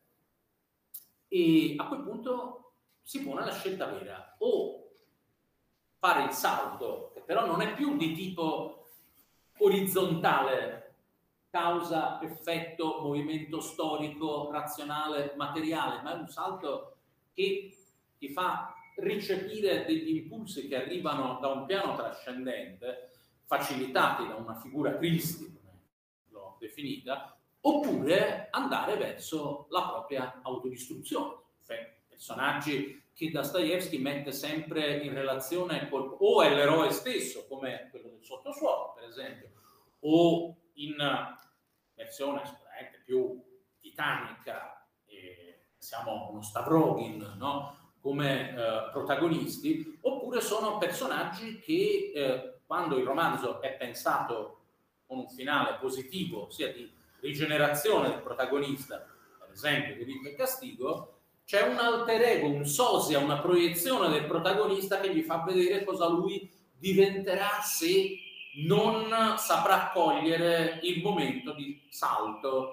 [SPEAKER 4] e a quel punto si pone la scelta vera: o fare il salto, che però non è più di tipo orizzontale, causa, effetto, movimento storico, razionale, materiale, ma è un salto che ti fa ricepire degli impulsi che arrivano da un piano trascendente, facilitati da una figura Cristi, come l'ho definita, oppure andare verso la propria autodistruzione. Personaggi che Dostoevskij mette sempre in relazione o è l'eroe stesso, come quello del sottosuolo, per esempio, o in versione sicuramente più titanica, siamo uno Stavrogin, no? Come protagonisti, oppure sono personaggi che quando il romanzo è pensato con un finale positivo, sia di rigenerazione del protagonista, per esempio Delitto e Castigo, c'è un alter ego, un sosia, una proiezione del protagonista che gli fa vedere cosa lui diventerà se non saprà cogliere il momento di salto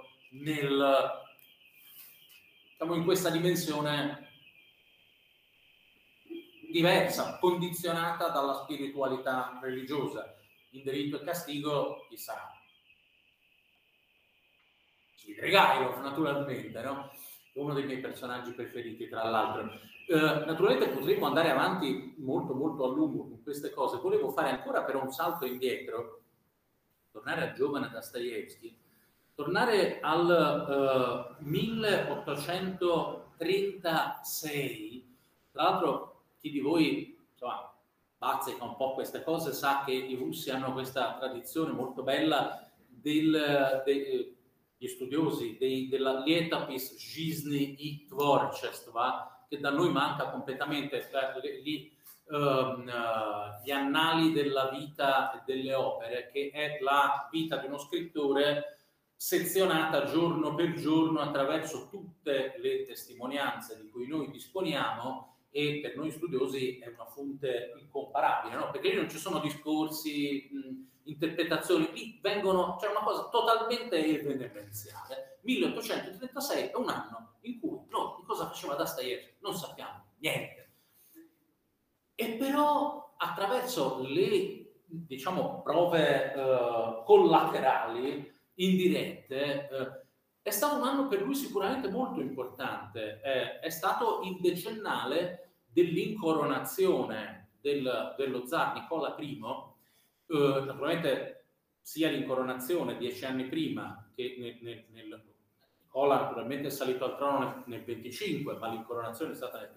[SPEAKER 4] diciamo, in questa dimensione diversa, condizionata dalla spiritualità religiosa. In Delitto e Castigo, chissà, Svidrigailov, naturalmente, no? Uno dei miei personaggi preferiti, tra l'altro. Naturalmente potremmo andare avanti molto molto a lungo con queste cose. Volevo fare ancora però un salto indietro, tornare al giovane Dostoevskij, tornare al 1836. Tra l'altro chi di voi, insomma, bazzica un po' queste cose sa che i russi hanno questa tradizione molto bella gli studiosi della Lietopis Жизни и Творчества, che da noi manca completamente, gli annali della vita e delle opere, che è la vita di uno scrittore sezionata giorno per giorno attraverso tutte le testimonianze di cui noi disponiamo, e per noi studiosi è una fonte incomparabile, no? Perché lì non ci sono discorsi, interpretazioni, lì c'è una cosa totalmente evidenziale. 1836 è un anno in cui noi di cosa faceva Dostoevskij non sappiamo niente. E però attraverso le, diciamo, prove collaterali, indirette, è stato un anno per lui sicuramente molto importante. È stato il decennale dell'incoronazione dello zar Nicola I, naturalmente sia l'incoronazione 10 anni prima che Nicola naturalmente è salito al trono nel 25, ma l'incoronazione è stata nel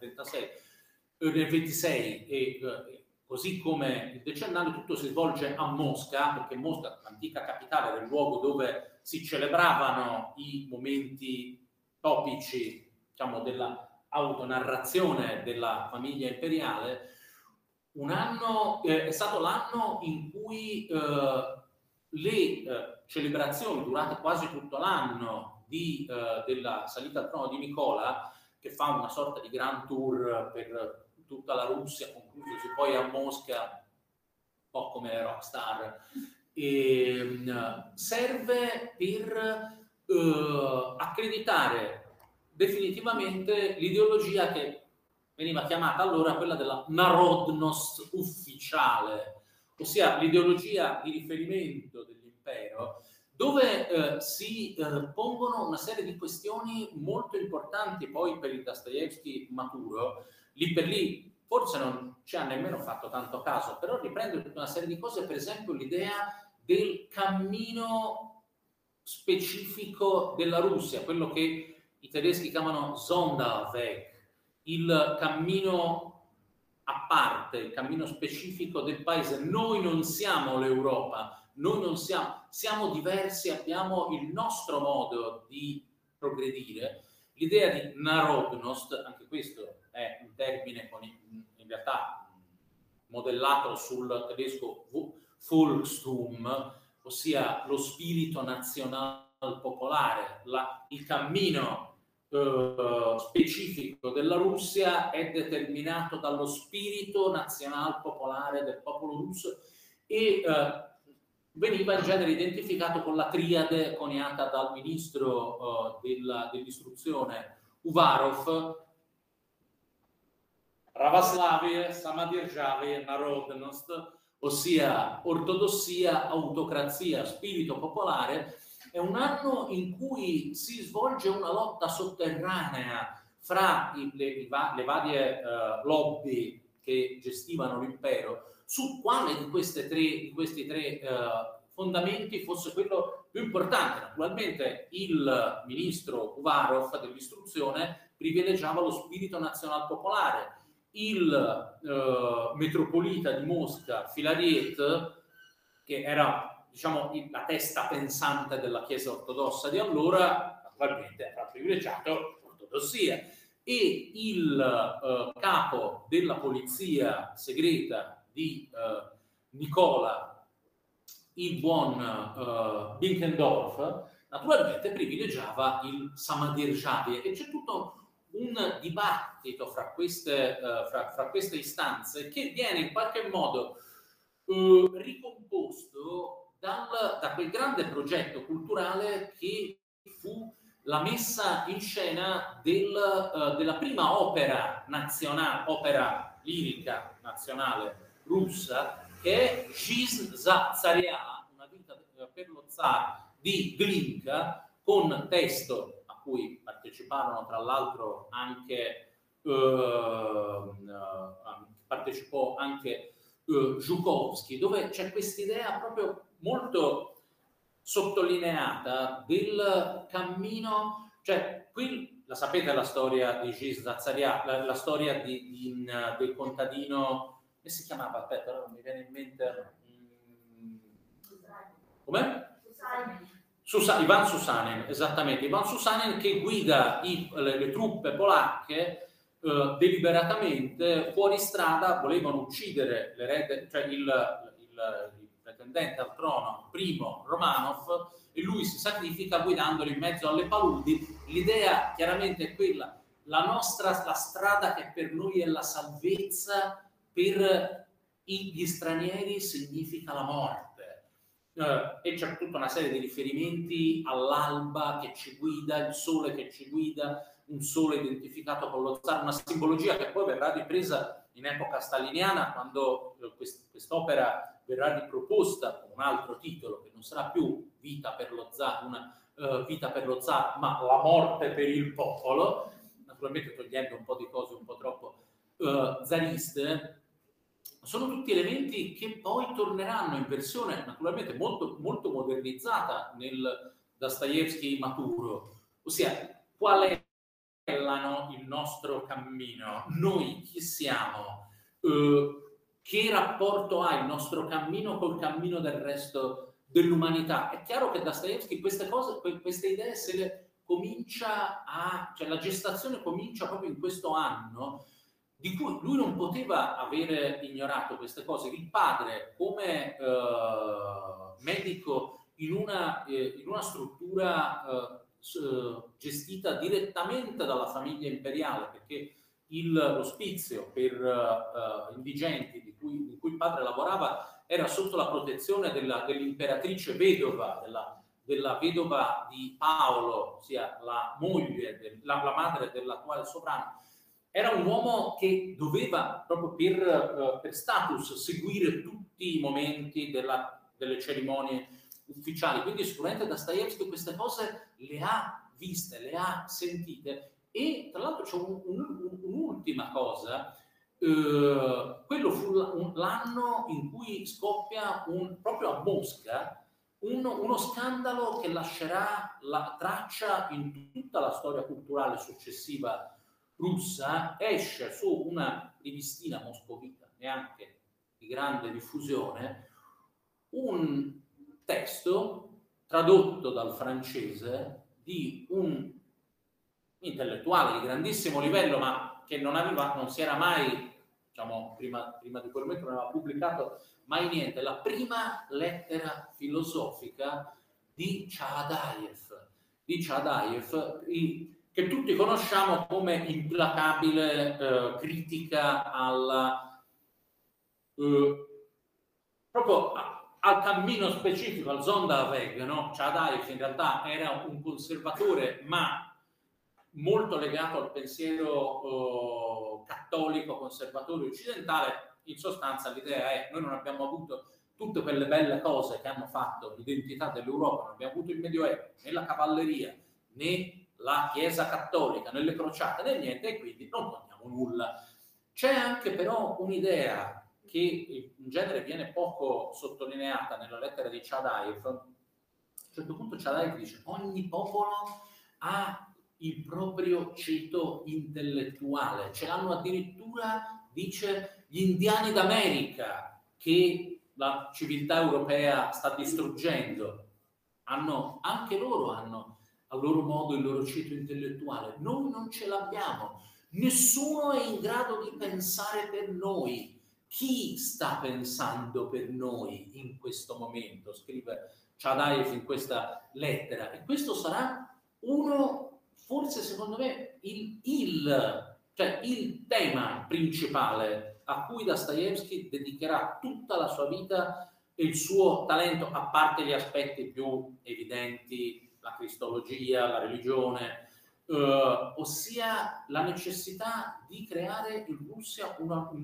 [SPEAKER 4] 26 e così come il decennale tutto si svolge a Mosca, perché Mosca, l'antica capitale, era il luogo dove si celebravano i momenti topici, diciamo, della autonarrazione della famiglia imperiale. Un anno è stato l'anno in cui le celebrazioni durate quasi tutto l'anno della salita al trono di Nicola, che fa una sorta di grand tour per tutta la Russia, conclusosi poi a Mosca, un po' come le rockstar, e serve per accreditare definitivamente l'ideologia che veniva chiamata allora quella della narodnost ufficiale, ossia l'ideologia di riferimento dell'impero, dove si pongono una serie di questioni molto importanti poi per il Dostoevskij maturo. Lì per lì forse non ci ha nemmeno fatto tanto caso, però riprende tutta una serie di cose, per esempio l'idea del cammino specifico della Russia, quello che i tedeschi chiamano Sonderweg, il cammino a parte, il cammino specifico del paese. Noi non siamo l'Europa, noi non siamo diversi, abbiamo il nostro modo di progredire. L'idea di Narodnost, anche questo è un termine in realtà modellato sul tedesco Volkstum, ossia lo spirito nazionale popolare, il cammino specifico della Russia è determinato dallo spirito nazionale popolare del popolo russo e veniva in genere identificato con la triade coniata dal ministro dell'istruzione Uvarov, Pravoslavie, Samadержавие, Narodnost, ossia ortodossia, autocrazia, spirito popolare. È un anno in cui si svolge una lotta sotterranea fra le varie lobby che gestivano l'impero, su quale di questi tre fondamenti fosse quello più importante. Naturalmente il ministro Uvarov dell'istruzione privilegiava lo spirito nazionale popolare, il metropolita di Mosca Filariet, che era, diciamo, la testa pensante della Chiesa ortodossa di allora, naturalmente ha privilegiato l'ortodossia, e il capo della polizia segreta di Nicola, il buon Binkendorf, naturalmente privilegiava il Samadержавие, e c'è tutto un dibattito fra queste istanze che viene in qualche modo ricomposto da quel grande progetto culturale che fu la messa in scena della prima opera nazionale, opera lirica nazionale russa, che è Жизнь за царя, una vita per lo zar di Glinka, con testo a cui parteciparono tra l'altro anche partecipò anche Zhukovsky, dove c'è quest'idea proprio molto sottolineata del cammino, cioè qui la sapete la storia di Жизнь за царя, la storia del contadino, come si chiamava? Aspetta, non mi viene in mente. Com'è? Ivan Susanin, esattamente. Ivan Susanin che guida le truppe polacche deliberatamente fuori strada, volevano uccidere l'erede, cioè il pretendente al trono, primo Romanov, e lui si sacrifica guidandolo in mezzo alle paludi. L'idea chiaramente è quella, la strada che per noi è la salvezza, per gli stranieri significa la morte. E c'è tutta una serie di riferimenti all'alba che ci guida, il sole che ci guida, un sole identificato con lo zar, una simbologia che poi verrà ripresa in epoca staliniana, quando quest'opera verrà riproposta con un altro titolo, che non sarà più Vita per lo zar, Vita per lo zar, ma La morte per il popolo, naturalmente togliendo un po' di cose un po' troppo zariste. Sono tutti elementi che poi torneranno in versione naturalmente molto, molto modernizzata nel Dostoevskij maturo, ossia qual è il nostro cammino, noi chi siamo, che rapporto ha il nostro cammino col cammino del resto dell'umanità. È chiaro che Dostoevskij queste cose, queste idee se le comincia cioè la gestazione comincia proprio in questo anno, di cui lui non poteva avere ignorato queste cose. Il padre, come medico in una struttura gestita direttamente dalla famiglia imperiale, perché l'ospizio per indigenti di cui il padre lavorava era sotto la protezione dell'imperatrice vedova, della vedova di Paolo, ossia la moglie, la madre dell'attuale sovrano. Era un uomo che doveva, proprio per status, seguire tutti i momenti delle cerimonie ufficiali. Quindi sicuramente Dostoevskij queste cose le ha viste, le ha sentite. E tra l'altro c'è un'ultima cosa, quello fu l'anno in cui scoppia proprio a Mosca uno scandalo che lascerà la traccia in tutta la storia culturale successiva russa. Esce su una rivistina moscovita, neanche di grande diffusione, un testo tradotto dal francese di un intellettuale di grandissimo livello, ma che non si era mai, diciamo, prima di quel momento non aveva pubblicato mai niente, la prima lettera filosofica di Chadaev, che tutti conosciamo come implacabile critica proprio al cammino specifico, al Sonderweg, no? Chadaev in realtà era un conservatore, ma molto legato al pensiero cattolico conservatore occidentale. In sostanza l'idea è: noi non abbiamo avuto tutte quelle belle cose che hanno fatto l'identità dell'Europa, non abbiamo avuto il Medioevo, né la cavalleria, né la Chiesa cattolica, né le crociate, né niente, e quindi non contiamo nulla. C'è anche però un'idea che in genere viene poco sottolineata nella lettera di Chadaev. A un certo punto Chadaev dice: ogni popolo ha il proprio ceto intellettuale, ce l'hanno addirittura, dice, gli indiani d'America che la civiltà europea sta distruggendo, anche loro hanno a loro modo il loro ceto intellettuale. Noi non ce l'abbiamo, nessuno è in grado di pensare per noi. Chi sta pensando per noi in questo momento? Scrive Chadaev in questa lettera, e questo sarà forse secondo me il tema principale a cui Dostoevskij dedicherà tutta la sua vita e il suo talento, a parte gli aspetti più evidenti, la cristologia, la religione, ossia la necessità di creare in Russia un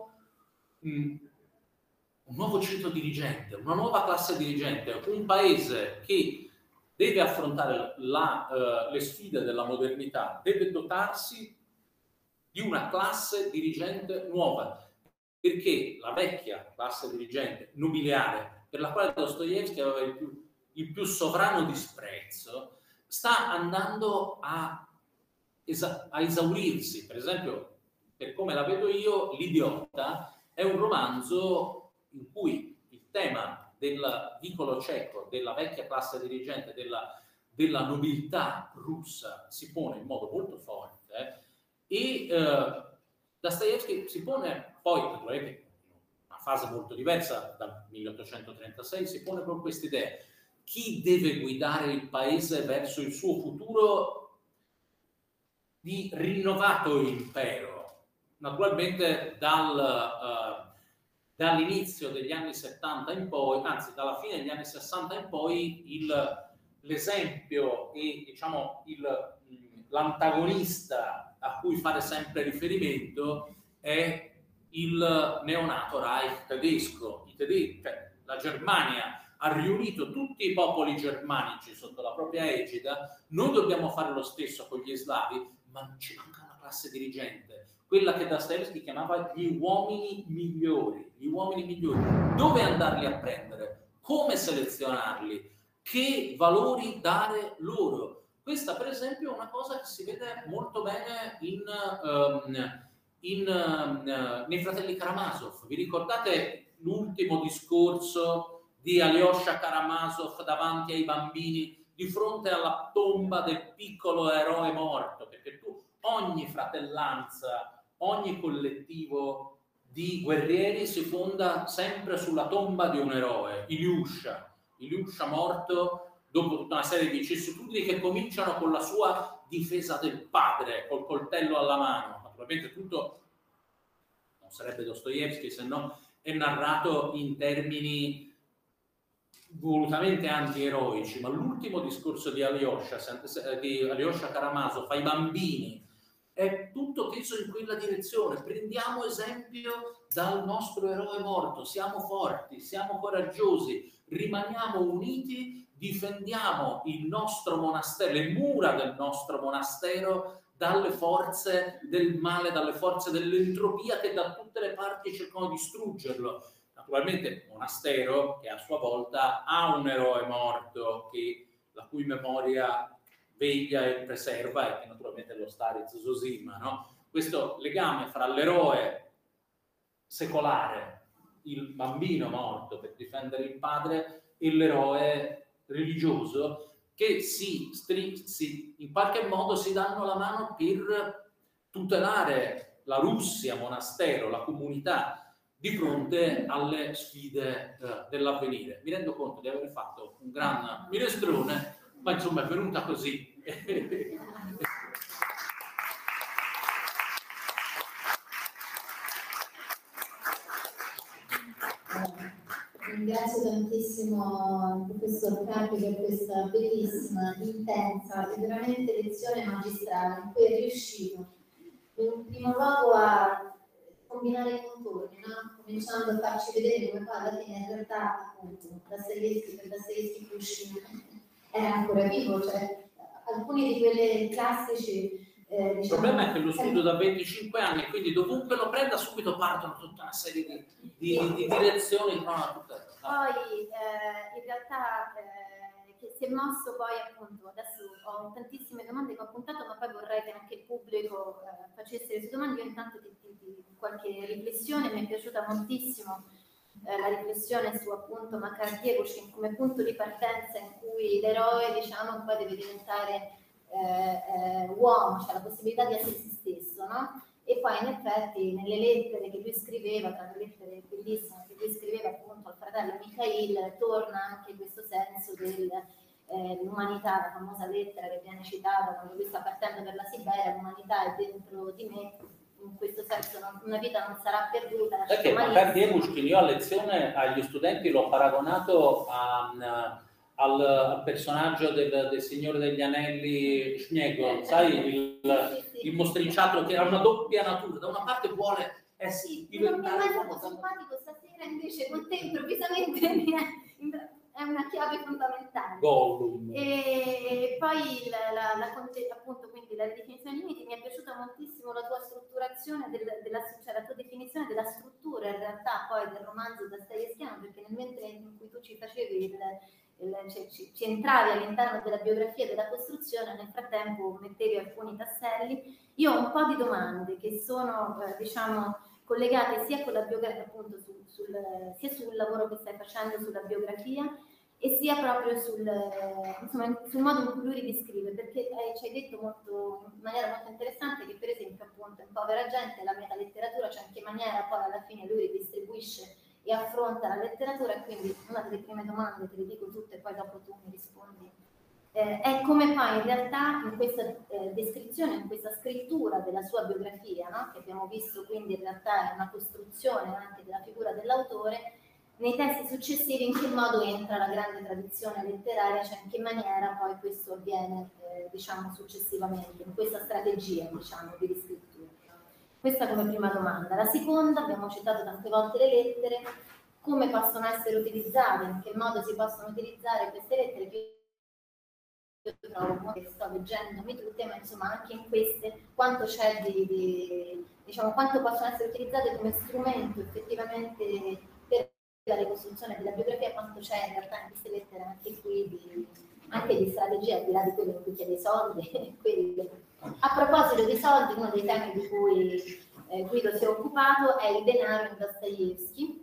[SPEAKER 4] nuovo ceto dirigente, una nuova classe dirigente, un paese che deve affrontare le sfide della modernità, deve dotarsi di una classe dirigente nuova, perché la vecchia classe dirigente nobiliare, per la quale Dostoevskij aveva il più sovrano disprezzo, sta andando a esaurirsi. Per esempio, per come la vedo io, L'Idiota è un romanzo in cui il tema del vicolo cieco, della vecchia classe dirigente, della nobiltà russa si pone in modo molto forte, e Dostoevskij si pone poi, naturalmente in una fase molto diversa dal 1836, si pone proprio questa idea: chi deve guidare il paese verso il suo futuro di rinnovato impero? Naturalmente dall'inizio degli anni 70 in poi, anzi dalla fine degli anni 60 in poi, l'esempio e diciamo l'antagonista a cui fare sempre riferimento è il neonato Reich tedesco. Cioè, la Germania ha riunito tutti i popoli germanici sotto la propria egida, noi dobbiamo fare lo stesso con gli slavi, ma ci manca una classe dirigente, quella che Dostoevskij chiamava gli uomini migliori. Gli uomini migliori. Dove andarli a prendere? Come selezionarli? Che valori dare loro? Questa per esempio è una cosa che si vede molto bene nei fratelli Karamazov. Vi ricordate l'ultimo discorso di Alyosha Karamazov davanti ai bambini di fronte alla tomba del piccolo eroe morto? Perché tu, ogni fratellanza, ogni collettivo di guerrieri si fonda sempre sulla tomba di un eroe, Ilyusha morto dopo tutta una serie di vicissitudini che cominciano con la sua difesa del padre, col coltello alla mano. Naturalmente tutto non sarebbe Dostoevskij, se no è narrato in termini volutamente antieroici, ma l'ultimo discorso di Alyosha Karamazov ai bambini è tutto teso in quella direzione. Prendiamo esempio dal nostro eroe morto, siamo forti, siamo coraggiosi, rimaniamo uniti, difendiamo il nostro monastero, le mura del nostro monastero dalle forze del male, dalle forze dell'entropia che da tutte le parti cercano di distruggerlo. Naturalmente il monastero, che a sua volta ha un eroe morto, la cui memoria veglia e preserva, e che naturalmente è lo Starez Zosima, no? Questo legame fra l'eroe secolare, il bambino morto per difendere il padre, e l'eroe religioso, che in qualche modo si danno la mano per tutelare la Russia monastero, la comunità, di fronte alle sfide dell'avvenire. Mi rendo conto di aver fatto un gran minestrone, ma insomma è venuta così.
[SPEAKER 3] Ringrazio tantissimo il professor Carpi per questa bellissima, intensa e veramente lezione magistrale in cui è riuscito in primo luogo a combinare i contorni, no? Cominciando a farci vedere come poi alla fine in realtà appunto Dostoevskij Pushkin era ancora vivo, cioè alcuni di quelle classici
[SPEAKER 4] il problema è che lo studio da 25 anni, quindi dovunque lo prenda subito partono tutta una serie di direzioni.
[SPEAKER 3] Poi in realtà che si è mosso poi appunto, adesso ho tantissime domande che ho appuntato, ma poi vorrei che anche il pubblico facesse le sue domande. Io intanto di qualche riflessione, mi è piaciuta moltissimo la riflessione su appunto Makar Dievushin come punto di partenza in cui l'eroe diciamo poi deve diventare uomo, cioè la possibilità di essere se stesso, no? E poi in effetti nelle lettere che lui scriveva, tra le lettere bellissime che lui scriveva appunto al fratello Mikhail, torna anche questo senso dell'umanità, la famosa lettera che viene citata quando lui sta partendo per la Siberia: l'umanità è dentro di me, in questo senso una vita non sarà perduta.
[SPEAKER 4] Perché Makar Dievushin, io a lezione agli studenti l'ho paragonato al personaggio del Signore degli Anelli Schneegol, sai, il mostriciato che ha una doppia natura, da una parte vuole
[SPEAKER 3] non mi è mai stato simpatico, stasera invece con te improvvisamente è una chiave fondamentale.
[SPEAKER 4] Gollum.
[SPEAKER 3] E poi appunto quindi la definizione dei limiti, mi è piaciuta moltissimo la tua strutturazione cioè la tua definizione della struttura in realtà poi del romanzo dostoevskiano, perché nel mentre in cui tu ci facevi ci entravi all'interno della biografia e della costruzione, nel frattempo mettevi alcuni tasselli. Io ho un po' di domande che sono diciamo collegate sia con la biografia, appunto sia sul lavoro che stai facendo sulla biografia e sia proprio sul modo in cui lui riscrive, perché ci hai detto in maniera molto interessante che per esempio appunto in Povera Gente la metaletteratura, cioè in che maniera poi alla fine lui ridistribuisce e affronta la letteratura. E quindi una delle prime domande, te le dico tutte e poi dopo tu mi rispondi, è come poi in realtà in questa descrizione, in questa scrittura della sua biografia, no? Che abbiamo visto quindi in realtà è una costruzione anche della figura dell'autore, nei testi successivi in che modo entra la grande tradizione letteraria, cioè in che maniera poi questo avviene diciamo successivamente, in questa strategia diciamo di riscrittura. Questa come prima domanda. La seconda, abbiamo citato tante volte le lettere, come possono essere utilizzate, in che modo si possono utilizzare queste lettere, che io trovo che sto leggendomi tutte, ma insomma anche in queste quanto c'è diciamo quanto possono essere utilizzate come strumento effettivamente per la ricostruzione della biografia, quanto c'è in realtà in queste lettere anche qui anche di strategia, al di là di quello in cui chiede i soldi. A proposito dei soldi, uno dei temi di cui Guido si è occupato è il denaro in Dostoevskij,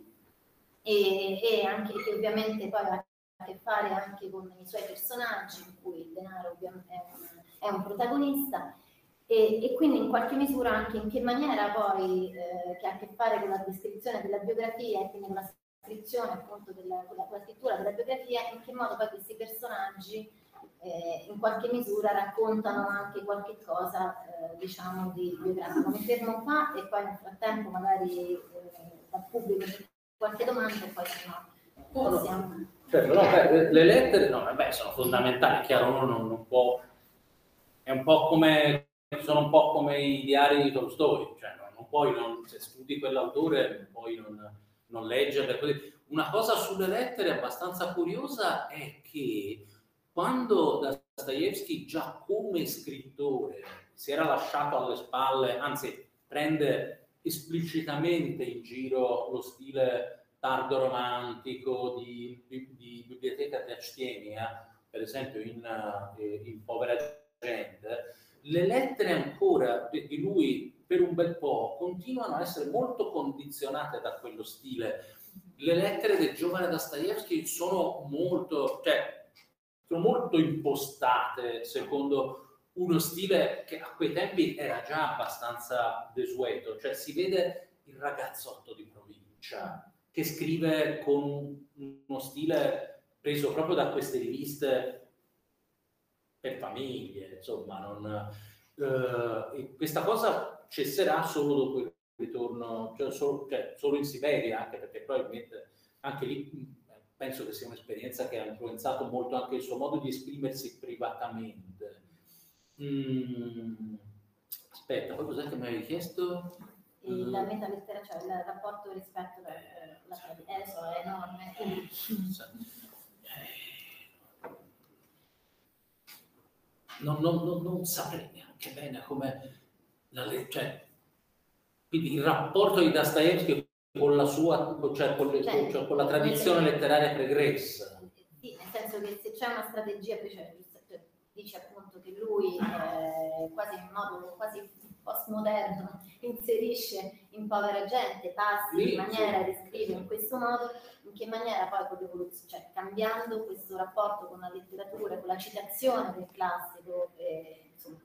[SPEAKER 3] e anche che ovviamente poi ha a che fare anche con i suoi personaggi, in cui il denaro ovviamente è un protagonista, e quindi in qualche misura anche in che maniera poi che ha a che fare con la descrizione della biografia e quindi con la descrizione appunto con la scrittura della biografia, in che modo poi questi personaggi in qualche misura raccontano anche qualche cosa diciamo di biografico. Mi fermo qua e poi nel frattempo magari dal pubblico qualche domanda e poi se no possiamo...
[SPEAKER 4] Certo, no, le lettere sono fondamentali, è chiaro, uno non può, è un po' come, sono un po' come i diari di Tolstoi, cioè non puoi, se studi quell'autore non puoi non leggerle. Una cosa sulle lettere abbastanza curiosa è che quando Dostoevskij già come scrittore si era lasciato alle spalle, anzi prende esplicitamente in giro lo stile tardo romantico di Biblioteca di Actienia, per esempio in Povera gente, le lettere ancora di lui per un bel po' continuano a essere molto condizionate da quello stile. Le lettere del giovane Dostoevskij sono molto impostate secondo uno stile che a quei tempi era già abbastanza desueto, cioè si vede il ragazzotto di provincia che scrive con uno stile preso proprio da queste riviste per famiglie, insomma, questa cosa cesserà solo dopo il ritorno, solo in Siberia, anche perché probabilmente anche lì penso che sia un'esperienza che ha influenzato molto anche il suo modo di esprimersi privatamente. Aspetta, poi cos'è che mi avevi chiesto?
[SPEAKER 3] La metalettera, cioè il rapporto rispetto alla tradizione è enorme.
[SPEAKER 4] Non saprei neanche bene come quindi il rapporto di Dostoevskij con la sua, con la tradizione letteraria pregressa.
[SPEAKER 3] Sì, nel senso che se c'è una strategia, dice appunto che lui quasi in modo quasi postmoderno inserisce in Povera gente passi in maniera e riscrive in questo modo, in che maniera poi con l'evoluzione, cioè cambiando questo rapporto con la letteratura, con la citazione del classico, insomma.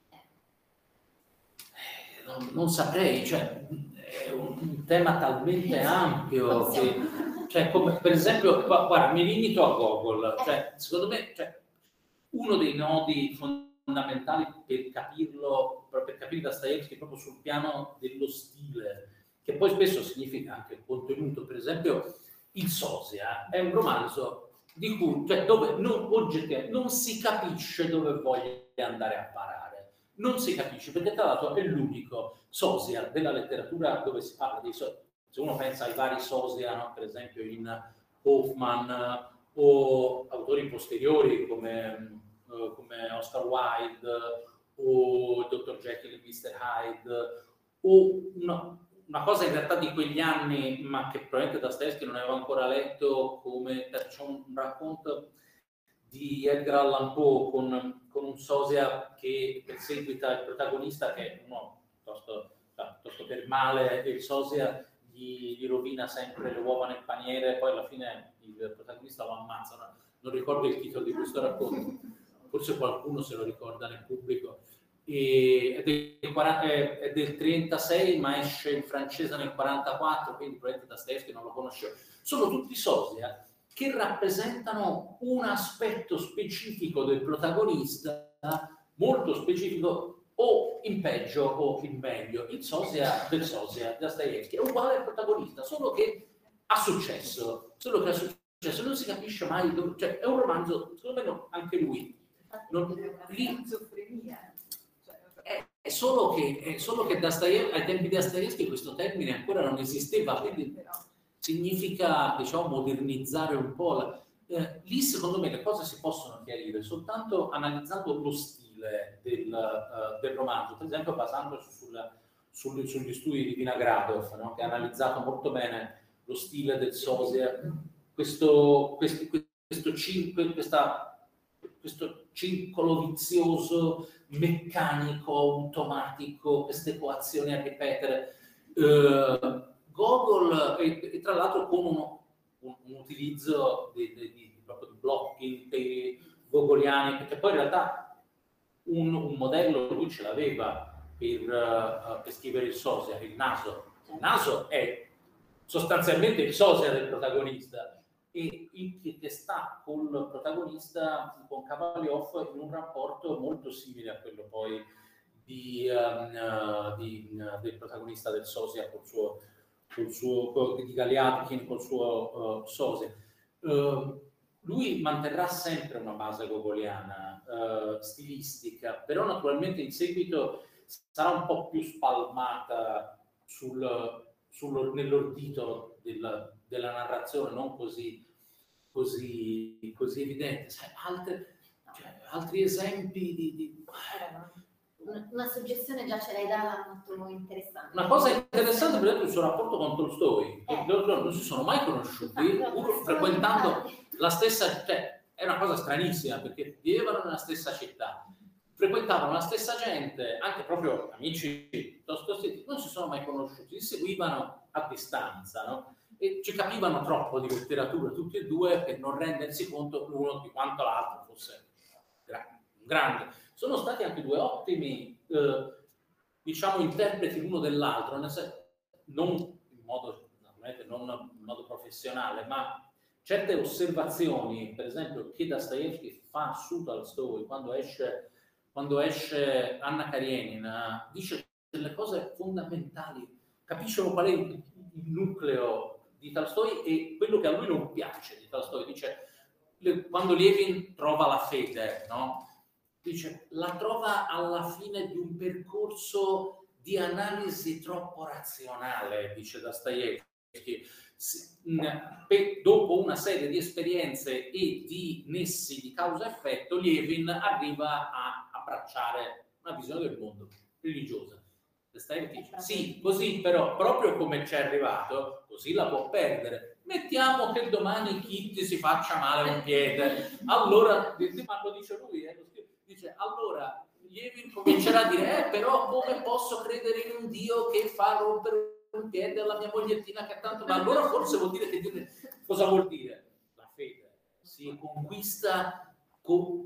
[SPEAKER 4] Non saprei, cioè è un tema talmente ampio che, cioè, come per esempio, guarda, mi limito a Gogol, cioè secondo me uno dei nodi fondamentali per capire Dostoevskij proprio sul piano dello stile, che poi spesso significa anche il contenuto. Per esempio il Sosia è un romanzo di cui, dove non si capisce dove voglia andare a parare, non si capisce, perché tra l'altro è l'unico Sosia della letteratura dove si parla di Sosia. Se uno pensa ai vari Sosia, no? Per esempio in Hoffman o autori posteriori come Oscar Wilde o Dr. Jekyll e Mr. Hyde, o una cosa in realtà di quegli anni, ma che probabilmente Dostoevskij non aveva ancora letto, come c'è un racconto di Edgar Allan Poe con un Sosia che perseguita il protagonista, che è uno piuttosto per male, e il Sosia gli rovina sempre le uova nel paniere, poi alla fine il protagonista lo ammazza. Non ricordo il titolo di questo racconto, forse qualcuno se lo ricorda nel pubblico, è del 36 ma esce in francese nel 44, quindi probabilmente Dostoevskij non lo conoscevo. Sono tutti Sosia che rappresentano un aspetto specifico del protagonista, molto specifico, o in peggio o in meglio. Il Sosia del Sosia Dostoevskij è uguale al protagonista, solo che ha successo, solo che ha successo, non si capisce mai dove, cioè è un romanzo, secondo me anche lui, è solo che ai tempi di Dostoevskij questo termine ancora non esisteva, quindi significa, diciamo, modernizzare un po'. Lì secondo me le cose si possono chiarire soltanto analizzando lo stile del romanzo, per esempio basandosi sugli studi di Vinogradov, no? Che ha analizzato molto bene lo stile del Sosia, questo circolo vizioso, meccanico, automatico, queste equazioni a ripetere. Gogol, e tra l'altro con un utilizzo proprio di blocchi gogoliani, perché poi in realtà un modello lui ce l'aveva per scrivere il Sosia, il naso. Il naso è sostanzialmente il Sosia del protagonista, e che sta col protagonista, con Kavalyov, in un rapporto molto simile a quello poi del protagonista del Sosia di Galiatkin col suo Sosia. Lui manterrà sempre una base gogoliana stilistica, però naturalmente in seguito sarà un po' più spalmata nell'ordito della narrazione, non così evidente. Sai, altri esempi
[SPEAKER 3] una suggestione già ce l'hai data molto interessante.
[SPEAKER 4] Una cosa interessante, per esempio, il suo rapporto con Tolstoi. Loro non si sono mai conosciuti, pur frequentando la stessa, cioè è una cosa stranissima perché vivevano nella stessa città, frequentavano la stessa gente, anche proprio amici Tolstoi, non si sono mai conosciuti, si seguivano a distanza, no? E ci capivano troppo di letteratura tutti e due per non rendersi conto l'uno di quanto l'altro fosse grande. Sono stati anche due ottimi diciamo interpreti l'uno dell'altro, non in modo professionale, ma certe osservazioni, per esempio, che Dostoevskij fa su Tolstoi quando esce Anna Karenina, dice delle cose fondamentali, capiscono qual è il nucleo di Tolstoi e quello che a lui non piace di Tolstoi. Dice, quando Levin trova la fede, no? Dice, la trova alla fine di un percorso di analisi troppo razionale, dice Dostoevskij. Dopo una serie di esperienze e di nessi di causa-effetto, Levin arriva a abbracciare una visione del mondo religiosa. Dostoevskij, sì, così però, proprio come ci è arrivato, così la può perdere. Mettiamo che domani Kitty si faccia male un piede, allora, ma lo dice lui, dice, allora Levin comincerà a dire, però come posso credere in un Dio che fa rompere un piede alla mia mogliettina che tanto, ma allora forse vuol dire che cosa vuol dire? La fede si conquista con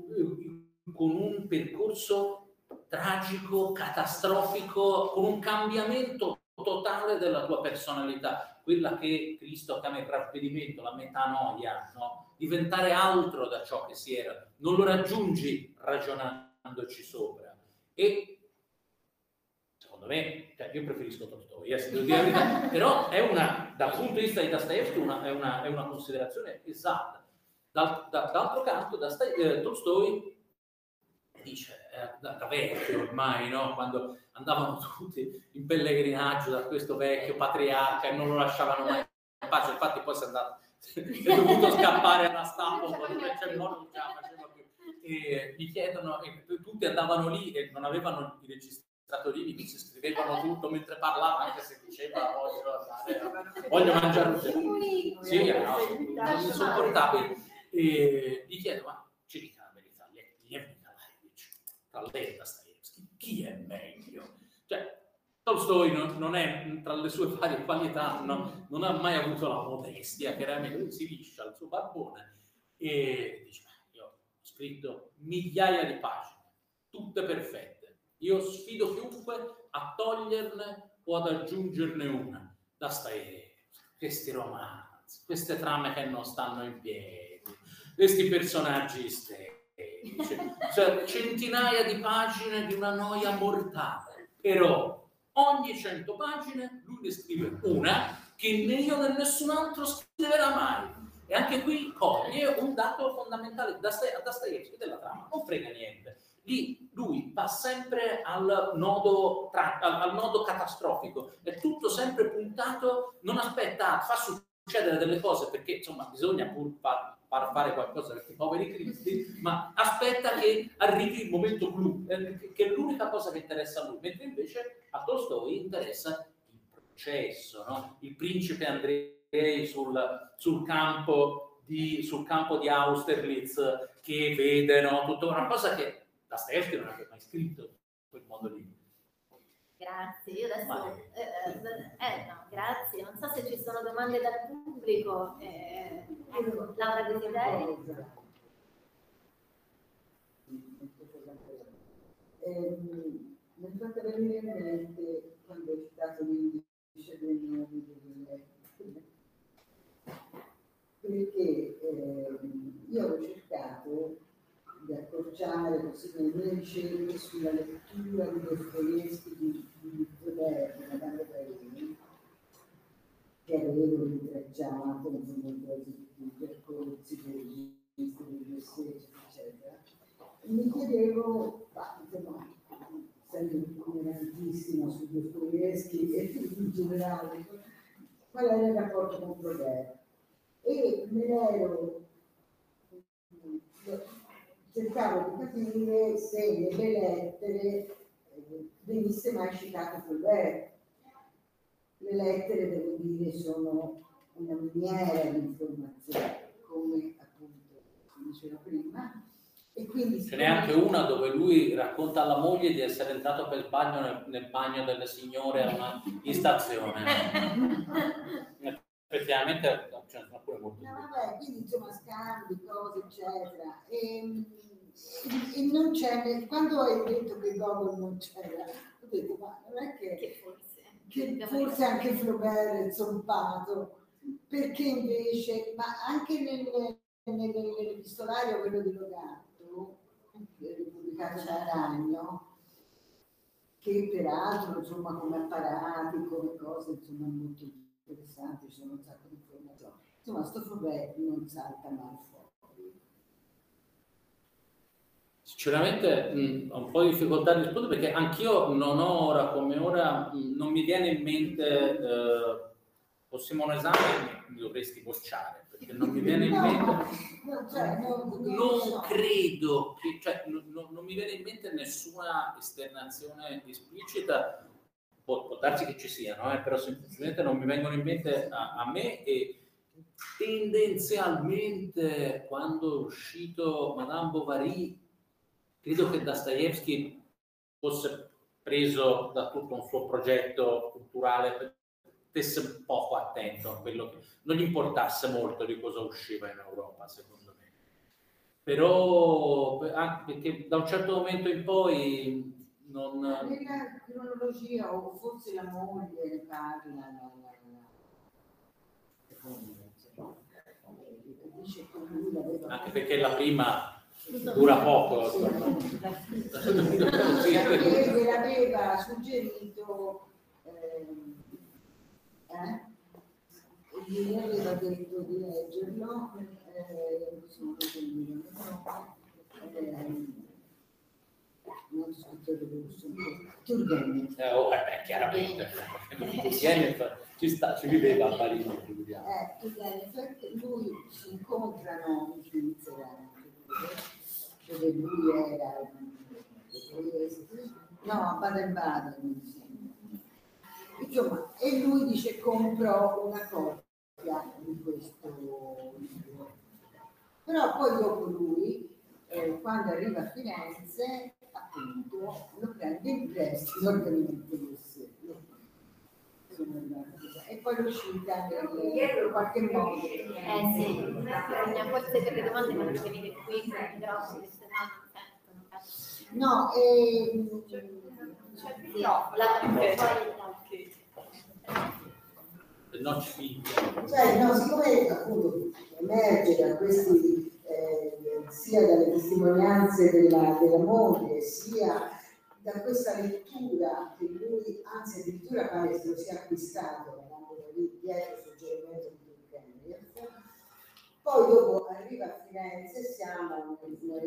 [SPEAKER 4] un percorso tragico, catastrofico, con un cambiamento totale della tua personalità, quella che Cristo chiama il ravvedimento, la metanoia, no? Diventare altro da ciò che si era, non lo raggiungi ragionandoci sopra. E secondo me, cioè io preferisco Tolstoi, se devo dire la verità, però è dal punto di vista di Dostoevskij è una considerazione esatta. D'altro canto, Tolstoi dice, da vecchio ormai, no? Quando andavano tutti in pellegrinaggio da questo vecchio patriarca e non lo lasciavano mai in pace, infatti poi è dovuto scappare alla stampa quando c'è il modo, non ce la faceva più. E gli chiedono, e tutti andavano lì e non avevano i registratorini, che si scrivevano tutto mentre parlava, anche se diceva voglio mangiare un sì, era insopportabile. E gli chiedono, ma ci dica la verità, tra lei e Dostoevskij, chi è meglio? Cioè, Tolstoi non è, tra le sue varie qualità, non ha mai avuto la modestia, chiaramente lui si liscia il suo barbone e dice, io ho scritto migliaia di pagine, tutte perfette, io sfido chiunque a toglierne o ad aggiungerne una. Dostoevskij, questi romanzi, queste trame che non stanno in piedi, questi personaggi stessi, cioè centinaia di pagine di una noia mortale, però ogni 100 pagine lui ne scrive una che né io né nessun altro scriverà mai. E anche qui coglie un dato fondamentale a Dostoevskij della trama, non frega niente. Lì lui va sempre al nodo catastrofico, è tutto sempre puntato, non aspetta, fa succedere delle cose perché insomma bisogna pur far fare qualcosa per i poveri cristi, ma aspetta che arrivi il momento clou, che è l'unica cosa che interessa a lui, mentre invece a Tolstoi interessa il processo, no? Il principe Andrei sul campo di Austerlitz che vede, no? Tutta una cosa che Dostoevskij non aveva mai scritto in quel modo lì.
[SPEAKER 3] Grazie, io adesso no, grazie, non so se ci sono domande dal pubblico. Ecco, Laura Desideri.
[SPEAKER 5] Mi è fatto venire in mente quando ho citato l'indice dei nomi delle perché io ho cercato di accorciare così le mie ricerche sulla lettura di Dostoevskij di Zoberti, Madame Bovary, che avevo rintracciato in tutti i percorsi dei registri, eccetera. Mi chiedevo, insomma, essendo ignorantissima su Dostoevskij e in generale, qual era il rapporto con Flaubert. E me l'ero cercavo di capire se nelle lettere venisse mai citato Flaubert. Le lettere, devo dire, sono una miniera di informazione, come appunto si diceva prima. E quindi
[SPEAKER 4] ce n'è anche una dove lui racconta alla moglie di essere entrato per sbaglio nel bagno delle signore in stazione. Effettivamente ce ne sono pure molto.
[SPEAKER 5] No, vabbè, quindi insomma scambi, cose, eccetera. E non c'è, quando hai detto che Gogol non c'era, ho detto, ma non è che forse anche Flaubert è zompato, perché invece, ma anche nell'epistolario, quello di Logatto, pubblicato da Ragno, che peraltro, insomma, come apparati, come cose, insomma, molto interessanti, ci sono un sacco di informazioni. Insomma, sto Flaubert non salta mai fuori.
[SPEAKER 4] Sinceramente ho un po' di difficoltà a rispondere perché anch'io non ho ora come ora, non mi viene in mente, prossimo un esame mi dovresti bocciare perché non mi viene in mente, non credo, cioè non mi viene in mente nessuna esternazione esplicita, può darsi che ci siano, però semplicemente non mi vengono in mente a me e tendenzialmente quando è uscito Madame Bovary credo che Dostoevskij fosse preso da tutto un suo progetto culturale, stesse un poco attento a quello che non gli importasse molto di cosa usciva in Europa, secondo me. Però anche perché da un certo momento in poi non...
[SPEAKER 5] Nella cronologia, o forse la moglie ne parla, dice che lui l'aveva...
[SPEAKER 4] Anche perché la prima dura poco.
[SPEAKER 5] Gliel'aveva suggerito, gli aveva detto di leggerlo, non scrittore russo, Turgenev.
[SPEAKER 4] Chiaramente. Turgenev ci viveva a Parigi.
[SPEAKER 5] Turgenev, lui si incontrano in Svizzera, dove lui era a Baden-Baden, mi sembra. Insomma, e lui dice comprò una copia di questo libro. Però poi dopo lui, quando arriva a Firenze, appunto, lo prende in prestito e poi lo cita in qualche modo.
[SPEAKER 3] Sì, forse per le domande non devi venire qui, però queste
[SPEAKER 5] no, siccome appunto emerge da questi sia dalle testimonianze della moglie, sia da questa lettura che lui, anzi addirittura pare se lo sia acquistato dietro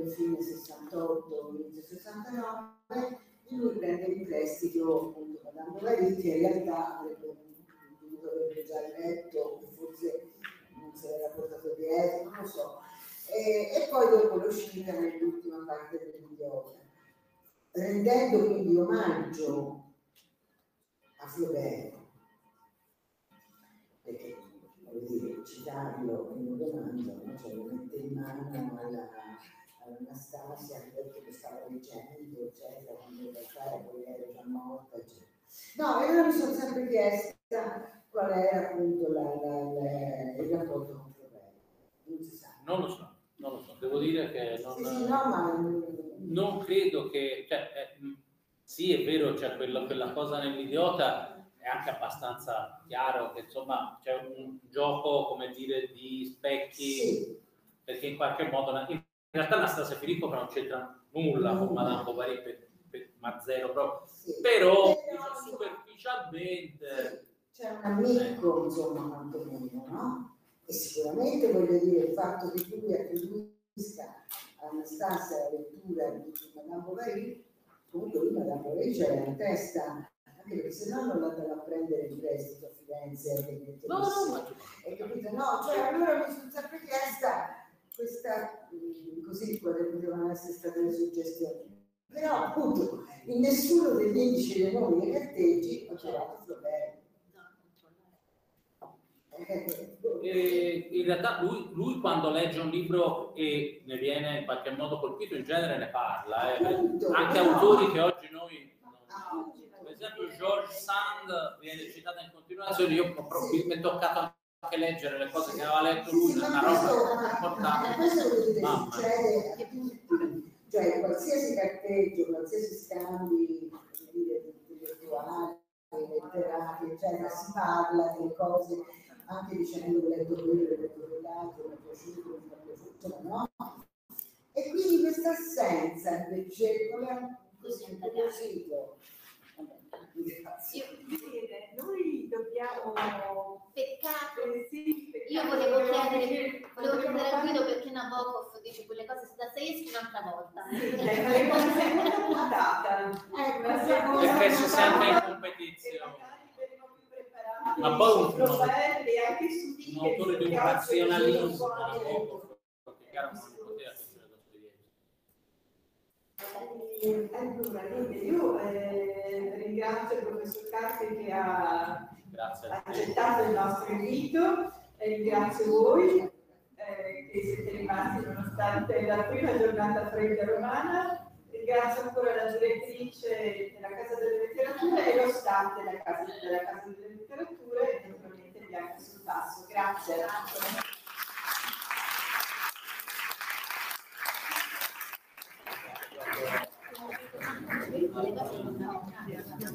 [SPEAKER 5] fine 68, inizio 69, e lui prende in prestito appunto Madame Bovary, che in realtà avrebbe già letto, o forse non se l'era portato dietro, non lo so. E poi dopo lo cita nell'ultima parte dell'Idiota, rendendo quindi omaggio a Flaubert, perché voglio dire, citarlo in un romanzo, no? Cioè lo mette in mano all'Anastasia che stava leggendo, eccetera, quando in realtà poi era già morta, eccetera. No, io mi sono sempre chiesta qual era appunto il rapporto con Flaubert. Non si sa.
[SPEAKER 4] Non lo so, devo dire che non,
[SPEAKER 5] Sì, no, ma
[SPEAKER 4] non credo che, cioè, sì, è vero, c'è quella cosa nell'Idiota, è anche abbastanza chiaro che insomma c'è un gioco, come dire, di specchi,
[SPEAKER 5] sì,
[SPEAKER 4] perché in qualche modo, in realtà Anastasia Filippo non c'entra nulla con Madame Bovary, ma zero proprio,
[SPEAKER 5] sì.
[SPEAKER 4] però diciamo, superficialmente
[SPEAKER 5] c'è un amico, insomma, quantomeno, no? E sicuramente voglio dire il fatto che lui attribuisca a Anastasia la lettura di Madame Bovary, comunque lui Madame Bovary c'era in testa, anche perché se no non l'andava a prendere in prestito a Firenze, hai capito? No, cioè allora mi sono sempre chiesta questa, così quali potevano essere state le suggestioni. Però appunto in nessuno degli indici dei nomi dei carteggi ho trovato Flaubert.
[SPEAKER 4] In realtà lui quando legge un libro e ne viene in qualche modo colpito, in genere ne parla, anche autori che oggi noi per esempio George Sand viene citato in continuazione, io mi è toccato anche leggere le cose che aveva letto lui, una roba importante.
[SPEAKER 5] Questo succede a tutti, cioè qualsiasi carteggio, qualsiasi scambi intellettuali, letterari, eccetera, si parla delle cose anche dicendo che ho letto quello, ho letto quell'altro, mi è piaciuto, no? E quindi questa assenza invece non è così incuriosito.
[SPEAKER 2] Noi dobbiamo
[SPEAKER 3] peccato.
[SPEAKER 2] Sì,
[SPEAKER 3] Io volevo chiedere a Guido perché Nabokov dice quelle cose su Dostoevskij un'altra volta.
[SPEAKER 2] faremo una seconda puntata.
[SPEAKER 4] Perché si sente in competizione. Ma poi un autore di un razionalismo perché chiaro non poteva essere Dostoevskij.
[SPEAKER 2] Allora, io ringrazio il professor Carpi che ha accettato il nostro invito, ringrazio voi che siete rimasti nonostante la prima giornata fredda romana, ringrazio ancora la direttrice della Casa delle Letterature e lo staff della Casa delle Letterature e naturalmente Bianca sul Passo. Grazie.
[SPEAKER 3] No.